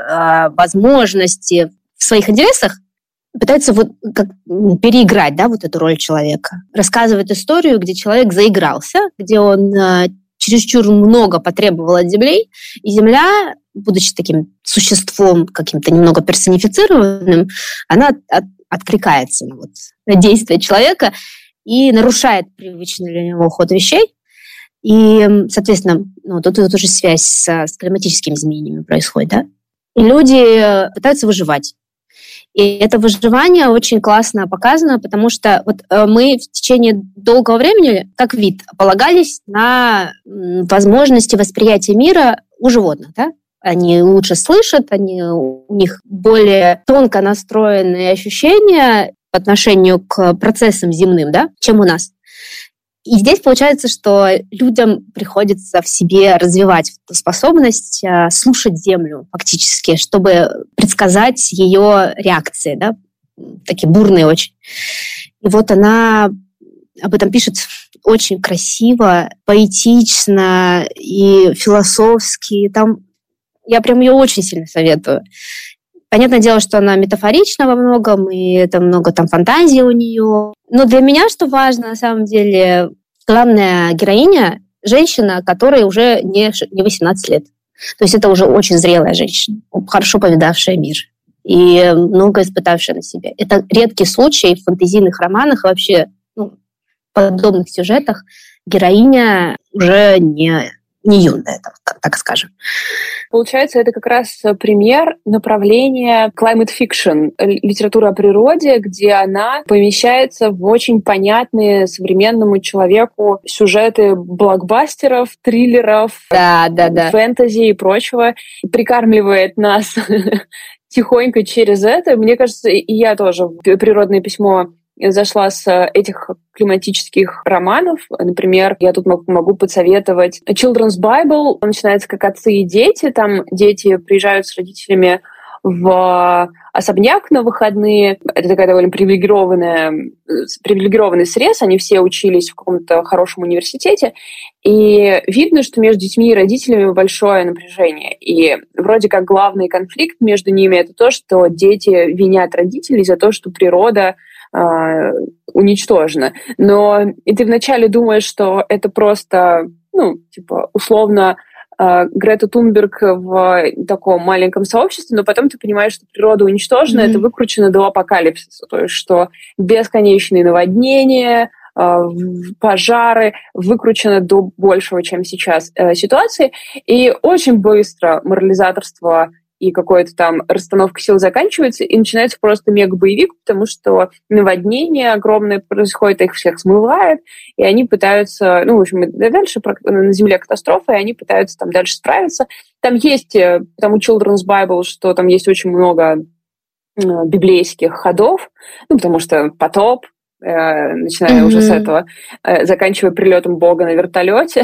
возможности в своих интересах, пытается вот как переиграть, да, вот эту роль человека. Рассказывает историю, где человек заигрался, где он чересчур много потребовал от Земли, и Земля, будучи таким существом каким-то немного персонифицированным, она от, откликается на, вот, на действия человека и нарушает привычный для него ход вещей. И, соответственно, ну, тут, тут уже связь с, с климатическими изменениями происходит, да? И люди пытаются выживать. И это выживание очень классно показано, потому что вот мы в течение долгого времени, как вид, полагались на возможности восприятия мира у животных. Да? Они лучше слышат, они, у них более тонко настроенные ощущения по отношению к процессам земным, да, чем у нас. И здесь получается, что людям приходится в себе развивать эту способность э, слушать Землю фактически, чтобы предсказать ее реакции, да, такие бурные очень. И вот она об этом пишет очень красиво, поэтично и философски. Там я прям ее очень сильно советую. Понятное дело, что она метафорична во многом, и это много там фантазии у нее. Но для меня, что важно, на самом деле, главная героиня – женщина, которой уже не восемнадцать лет. То есть это уже очень зрелая женщина, хорошо повидавшая мир и много испытавшая на себе. Это редкий случай в фэнтезийных романах, вообще ну, в подобных сюжетах героиня уже не, не юная, так, так скажем. Получается, это как раз пример направления climate fiction, литература о природе, где она помещается в очень понятные современному человеку сюжеты блокбастеров, триллеров, да, да, да. фэнтези и прочего, прикармливает нас тихонько через это. Мне кажется, и я тоже в «Природное письмо» зашла с этих климатических романов. Например, я тут могу подсоветовать Children's Bible. Он начинается как «Отцы и дети». Там дети приезжают с родителями в особняк на выходные. Это такая довольно привилегированная, привилегированный срез. Они все учились в каком-то хорошем университете. И видно, что между детьми и родителями большое напряжение. И вроде как главный конфликт между ними — это то, что дети винят родителей за то, что природа уничтожена. Но и ты вначале думаешь, что это просто, ну, типа, условно, Грета Тунберг в таком маленьком сообществе, но потом ты понимаешь, что природа уничтожена, mm-hmm. это выкручено до апокалипсиса, то есть что бесконечные наводнения, пожары выкручено до большего, чем сейчас ситуации, и очень быстро морализаторство и какая-то там расстановка сил заканчивается, и начинается просто мега-боевик, потому что наводнение огромное происходит, их всех смывает, и они пытаются, ну, в общем, дальше на Земле катастрофа, и они пытаются там дальше справиться. Там есть, там у Children's Bible, что там есть очень много библейских ходов, ну, потому что потоп, начиная mm-hmm. уже с этого, заканчивая прилетом Бога на вертолете.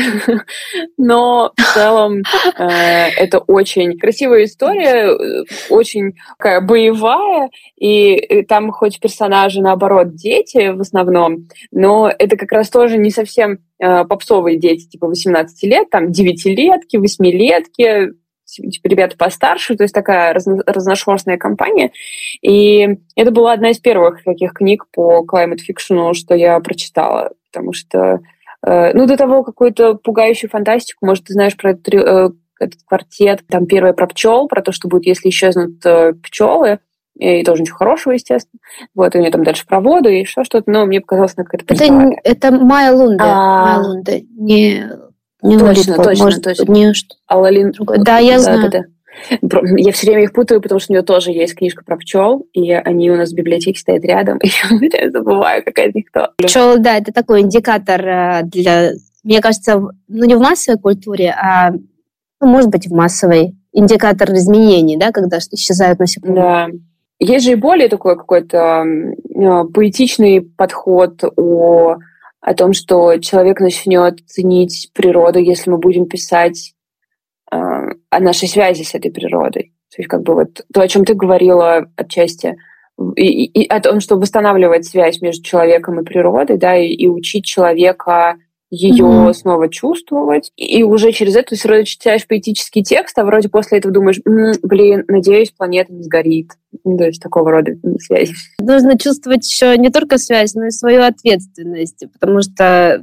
Но в целом это очень красивая история, очень такая боевая, и там хоть персонажи, наоборот, дети в основном, но это как раз тоже не совсем попсовые дети, типа восемнадцати лет, там девятилетки, восьмилетки, типа, ребята постарше, то есть такая разно- разношерстная компания. И это была одна из первых таких книг по climate fiction, что я прочитала, потому что, э, ну, до того какую-то пугающую фантастику, может, ты знаешь про этот, э, этот квартет, там первое про пчел, про то, что будет, если исчезнут э, пчелы, и тоже ничего хорошего, естественно. Вот, и у нее там дальше про воду и еще что-то, но мне показалось, она какая-то Это, это Майя Лунде. Майя Лунде. Не, не точно, Лолитпоп, точно, может, точно. Не что. Алла Лин... Да, я да, знаю. Да, да. Я все время их путаю, потому что у нее тоже есть книжка про пчел, и они у нас в библиотеке стоят рядом, и я забываю, какая из них кто. Пчел, да, это такой индикатор для, мне кажется, ну не в массовой культуре, а, ну, может быть, в массовой. Индикатор изменений, да, когда исчезают насекомые. Да. Есть же и более такой какой-то э, поэтичный подход о, о том, что человек начнет ценить природу, если мы будем писать э, о нашей связи с этой природой. То есть как бы вот то, о чем ты говорила отчасти, и, и, и о том, что восстанавливать связь между человеком и природой, да, и, и учить человека ее mm-hmm. снова чувствовать. И уже через это, то есть, вроде читаешь поэтический текст, а вроде после этого думаешь, м-м, блин, надеюсь, планета не сгорит. Ну, то есть такого рода связи. Нужно чувствовать еще не только связь, но и свою ответственность, потому что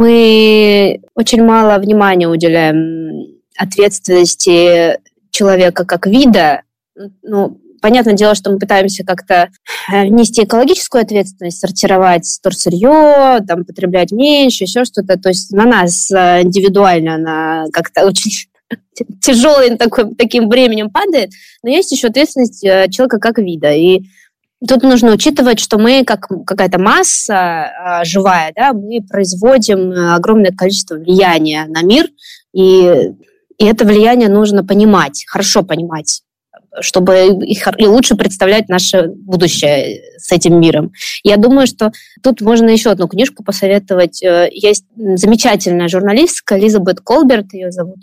мы очень мало внимания уделяем ответственности человека как вида. Ну, понятное дело, что мы пытаемся как-то нести экологическую ответственность, сортировать вторсырье, там, потреблять меньше, еще что-то. То есть на нас индивидуально она как-то очень тяжелым такой, таким бременем падает. Но есть еще ответственность человека как вида. И тут нужно учитывать, что мы, как какая-то масса живая, да, мы производим огромное количество влияния на мир, и, и это влияние нужно понимать, хорошо понимать, чтобы их и лучше представлять наше будущее с этим миром. Я думаю, что тут можно еще одну книжку посоветовать. Есть замечательная журналистка Элизабет Колберт, ее зовут.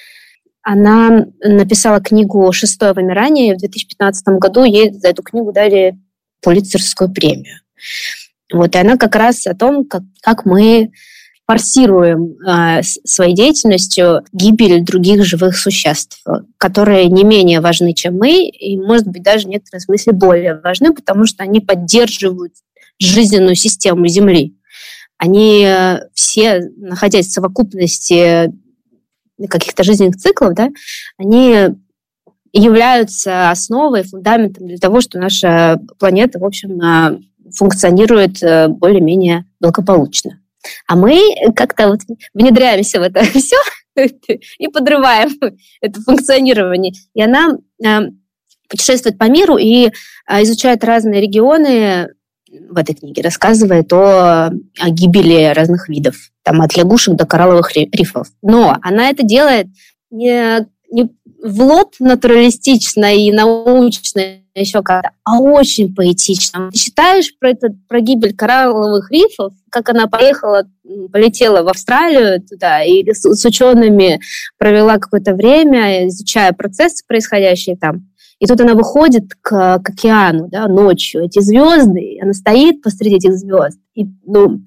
Она написала книгу «Шестое вымирание», и в две тысячи пятнадцатом году ей за эту книгу дали Пулитцеровскую премию. Вот, и она как раз о том, как, как мы форсируем э, своей деятельностью гибель других живых существ, которые не менее важны, чем мы, и, может быть, даже в некотором смысле более важны, потому что они поддерживают жизненную систему Земли. Они э, все, находясь в совокупности каких-то жизненных циклов, да, они являются основой, фундаментом для того, что наша планета, в общем, э, функционирует э, более-менее благополучно. А мы как-то вот внедряемся в это все и подрываем это функционирование. И она э, путешествует по миру и э, изучает разные регионы. В этой книге рассказывает о, о гибели разных видов, там от лягушек до коралловых рифов. Но она это делает не, не в лоб натуралистично и научно, еще как-то, а очень поэтично. Ты читаешь про, это, про гибель коралловых рифов, как она поехала, полетела в Австралию туда и с, с учеными провела какое-то время, изучая процессы, происходящие там. И тут она выходит к, к океану, да, ночью, эти звезды, она стоит посреди этих звезд. И, ну,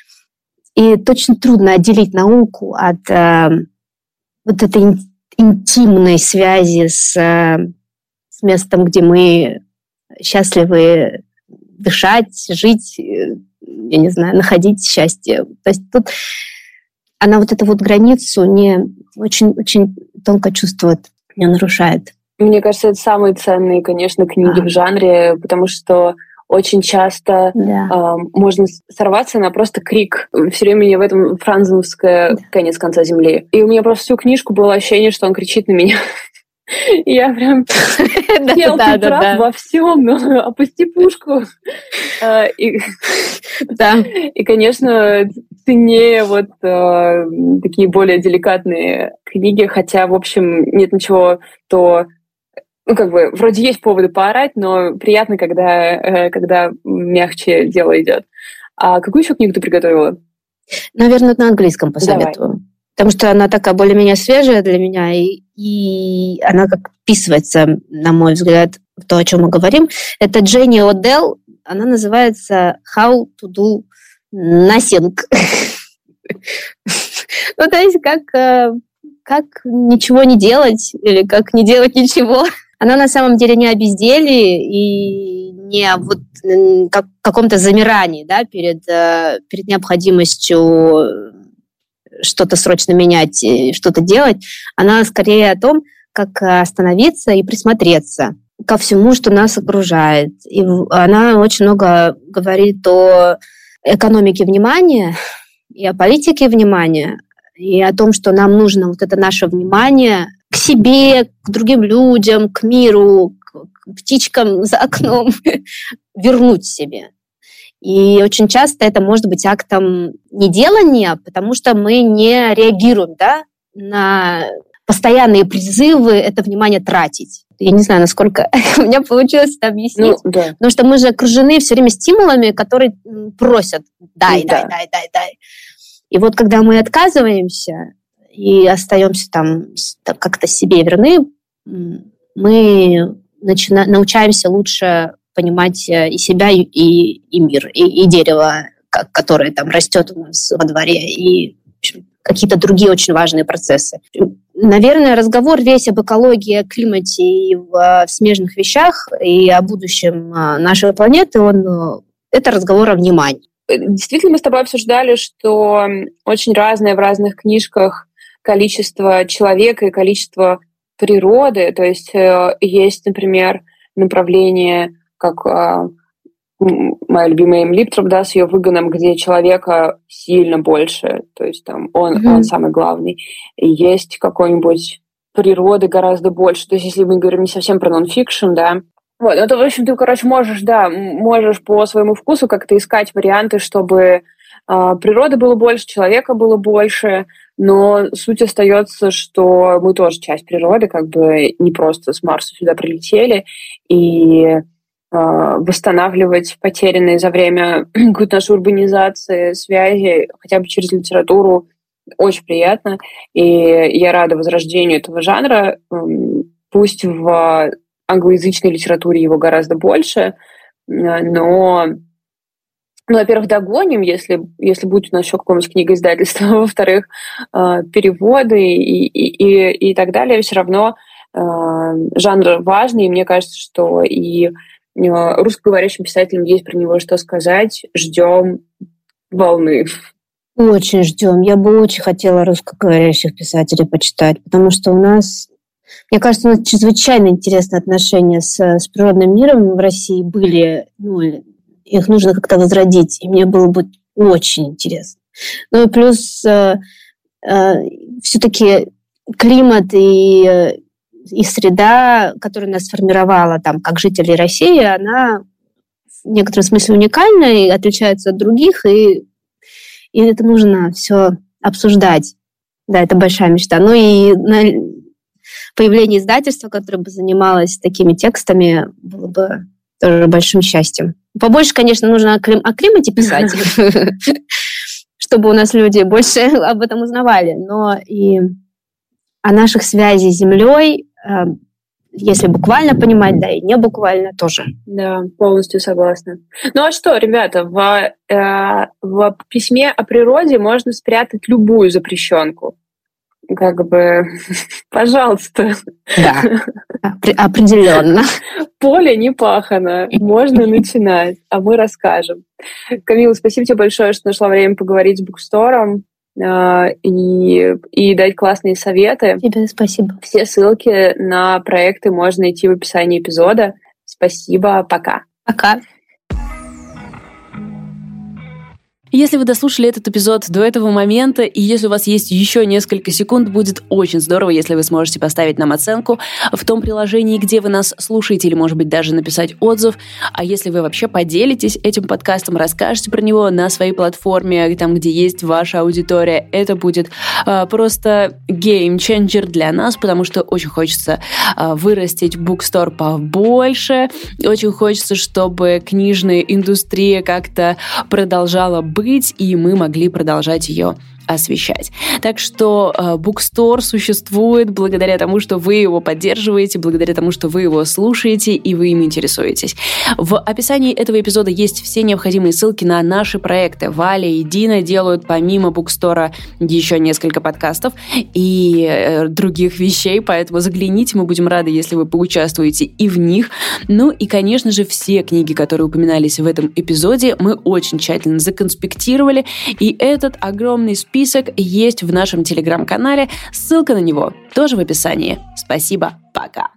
и очень трудно отделить науку от э, вот этой ин, интимной связи с, э, с местом, где мы счастливы дышать, жить, я не знаю, находить счастье. То есть тут она вот эту вот границу не очень-очень тонко чувствует, не нарушает. Мне кажется, это самые ценные, конечно, книги а. в жанре, потому что очень часто да. э, можно сорваться на просто крик. Все время мне в этом франзеновское да. конец конца земли. И у меня просто всю книжку было ощущение, что он кричит на меня. Я прям пел, ты прав во всем, но опусти пушку. И, конечно, ценнее вот такие более деликатные книги, хотя, в общем, нет ничего, то ну, как бы, вроде есть поводы поорать, но приятно, когда, когда мягче дело идет. А какую еще книгу ты приготовила? Наверное, на английском посоветую. Давай. Потому что она такая более-менее свежая для меня, и, и она как вписывается, на мой взгляд, в то, о чем мы говорим. Это Дженни О'Делл, она называется «How to do nothing». Ну, то есть как... как ничего не делать или как не делать ничего. Она на самом деле не о безделии и не о вот как, каком-то замирании, да, перед, перед необходимостью что-то срочно менять, что-то делать. Она скорее о том, как остановиться и присмотреться ко всему, что нас окружает. И она очень много говорит о экономике внимания и о политике внимания, и о том, что нам нужно вот это наше внимание к себе, к другим людям, к миру, к птичкам за окном вернуть себе. И очень часто это может быть актом неделания, потому что мы не реагируем, да, на постоянные призывы это внимание тратить. Я не знаю, насколько у меня получилось это объяснить, ну, да. Потому что мы же окружены все время стимулами, которые просят «дай, да. дай, дай, дай, дай». И вот когда мы отказываемся и остаемся там как-то себе верны, мы начина... научаемся лучше понимать и себя, и, и мир, и, и дерево, которое там растет у нас во дворе, и в общем, какие-то другие очень важные процессы. Наверное, разговор весь об экологии, о климате и в, в смежных вещах, и о будущем нашей планеты, он, это разговор о внимании. Действительно, мы с тобой обсуждали, что очень разное в разных книжках количество человека и количество природы. То есть есть, например, направление, как моя любимая Эми Липтроп, да, с ее выгоном, где человека сильно больше, то есть там он, mm-hmm. он самый главный. И есть какой-нибудь природы гораздо больше. То есть если мы говорим не совсем про нон-фикшн, да, вот, ну, то, в общем, ты, короче, можешь, да, можешь по своему вкусу как-то искать варианты, чтобы э, природы было больше, человека было больше, но суть остается, что мы тоже часть природы, как бы не просто с Марса сюда прилетели, и э, восстанавливать потерянные за время какой-то нашей урбанизации связи, хотя бы через литературу, очень приятно, и я рада возрождению этого жанра, э, пусть в англоязычной литературе его гораздо больше, но, ну, во-первых, догоним, если, если будет у нас еще какое-нибудь книгоиздательство, во-вторых, переводы и, и, и, и так далее, все равно жанр важный, и мне кажется, что и русскоговорящим писателям есть про него что сказать. Ждем волны. Очень ждем. Я бы очень хотела русскоговорящих писателей почитать, потому что у нас... Мне кажется, у нас чрезвычайно интересные отношения с, с природным миром в России были. Ну, их нужно как-то возродить, и мне было бы очень интересно. Ну и плюс э, э, все-таки климат и, и среда, которая нас сформировала там, как жителей России, она в некотором смысле уникальна и отличается от других, и, и это нужно все обсуждать. Да, это большая мечта. Ну и... На, появление издательства, которое бы занималось такими текстами, было бы тоже большим счастьем. Побольше, конечно, нужно о, клим- о климате писать, чтобы у нас люди больше об этом узнавали. Но и о наших связях с Землей, если буквально понимать, да и не буквально тоже. Да, полностью согласна. Ну а что, ребята, в, э, в письме о природе можно спрятать любую запрещенку. Как бы, пожалуйста. Да, определенно. Поле не пахано, можно начинать, а мы расскажем. Камила, спасибо тебе большое, что нашла время поговорить с букстором э, и, и дать классные советы. Тебе спасибо. Все ссылки на проекты можно найти в описании эпизода. Спасибо, пока. Пока. Если вы дослушали этот эпизод до этого момента, и если у вас есть еще несколько секунд, будет очень здорово, если вы сможете поставить нам оценку в том приложении, где вы нас слушаете, или, может быть, даже написать отзыв. А если вы вообще поделитесь этим подкастом, расскажете про него на своей платформе, там, где есть ваша аудитория, это будет э, просто гейм-ченджер для нас, потому что очень хочется э, вырастить букстор побольше, очень хочется, чтобы книжная индустрия как-то продолжала быть, и мы могли продолжать ее освещать. Так что Bookstore существует благодаря тому, что вы его поддерживаете, благодаря тому, что вы его слушаете и вы им интересуетесь. В описании этого эпизода есть все необходимые ссылки на наши проекты. Валя и Дина делают помимо Bookstore еще несколько подкастов и других вещей, поэтому загляните, мы будем рады, если вы поучаствуете и в них. Ну и, конечно же, все книги, которые упоминались в этом эпизоде, мы очень тщательно законспектировали, и этот огромный список есть в нашем телеграм-канале. Ссылка на него тоже в описании. Спасибо, пока!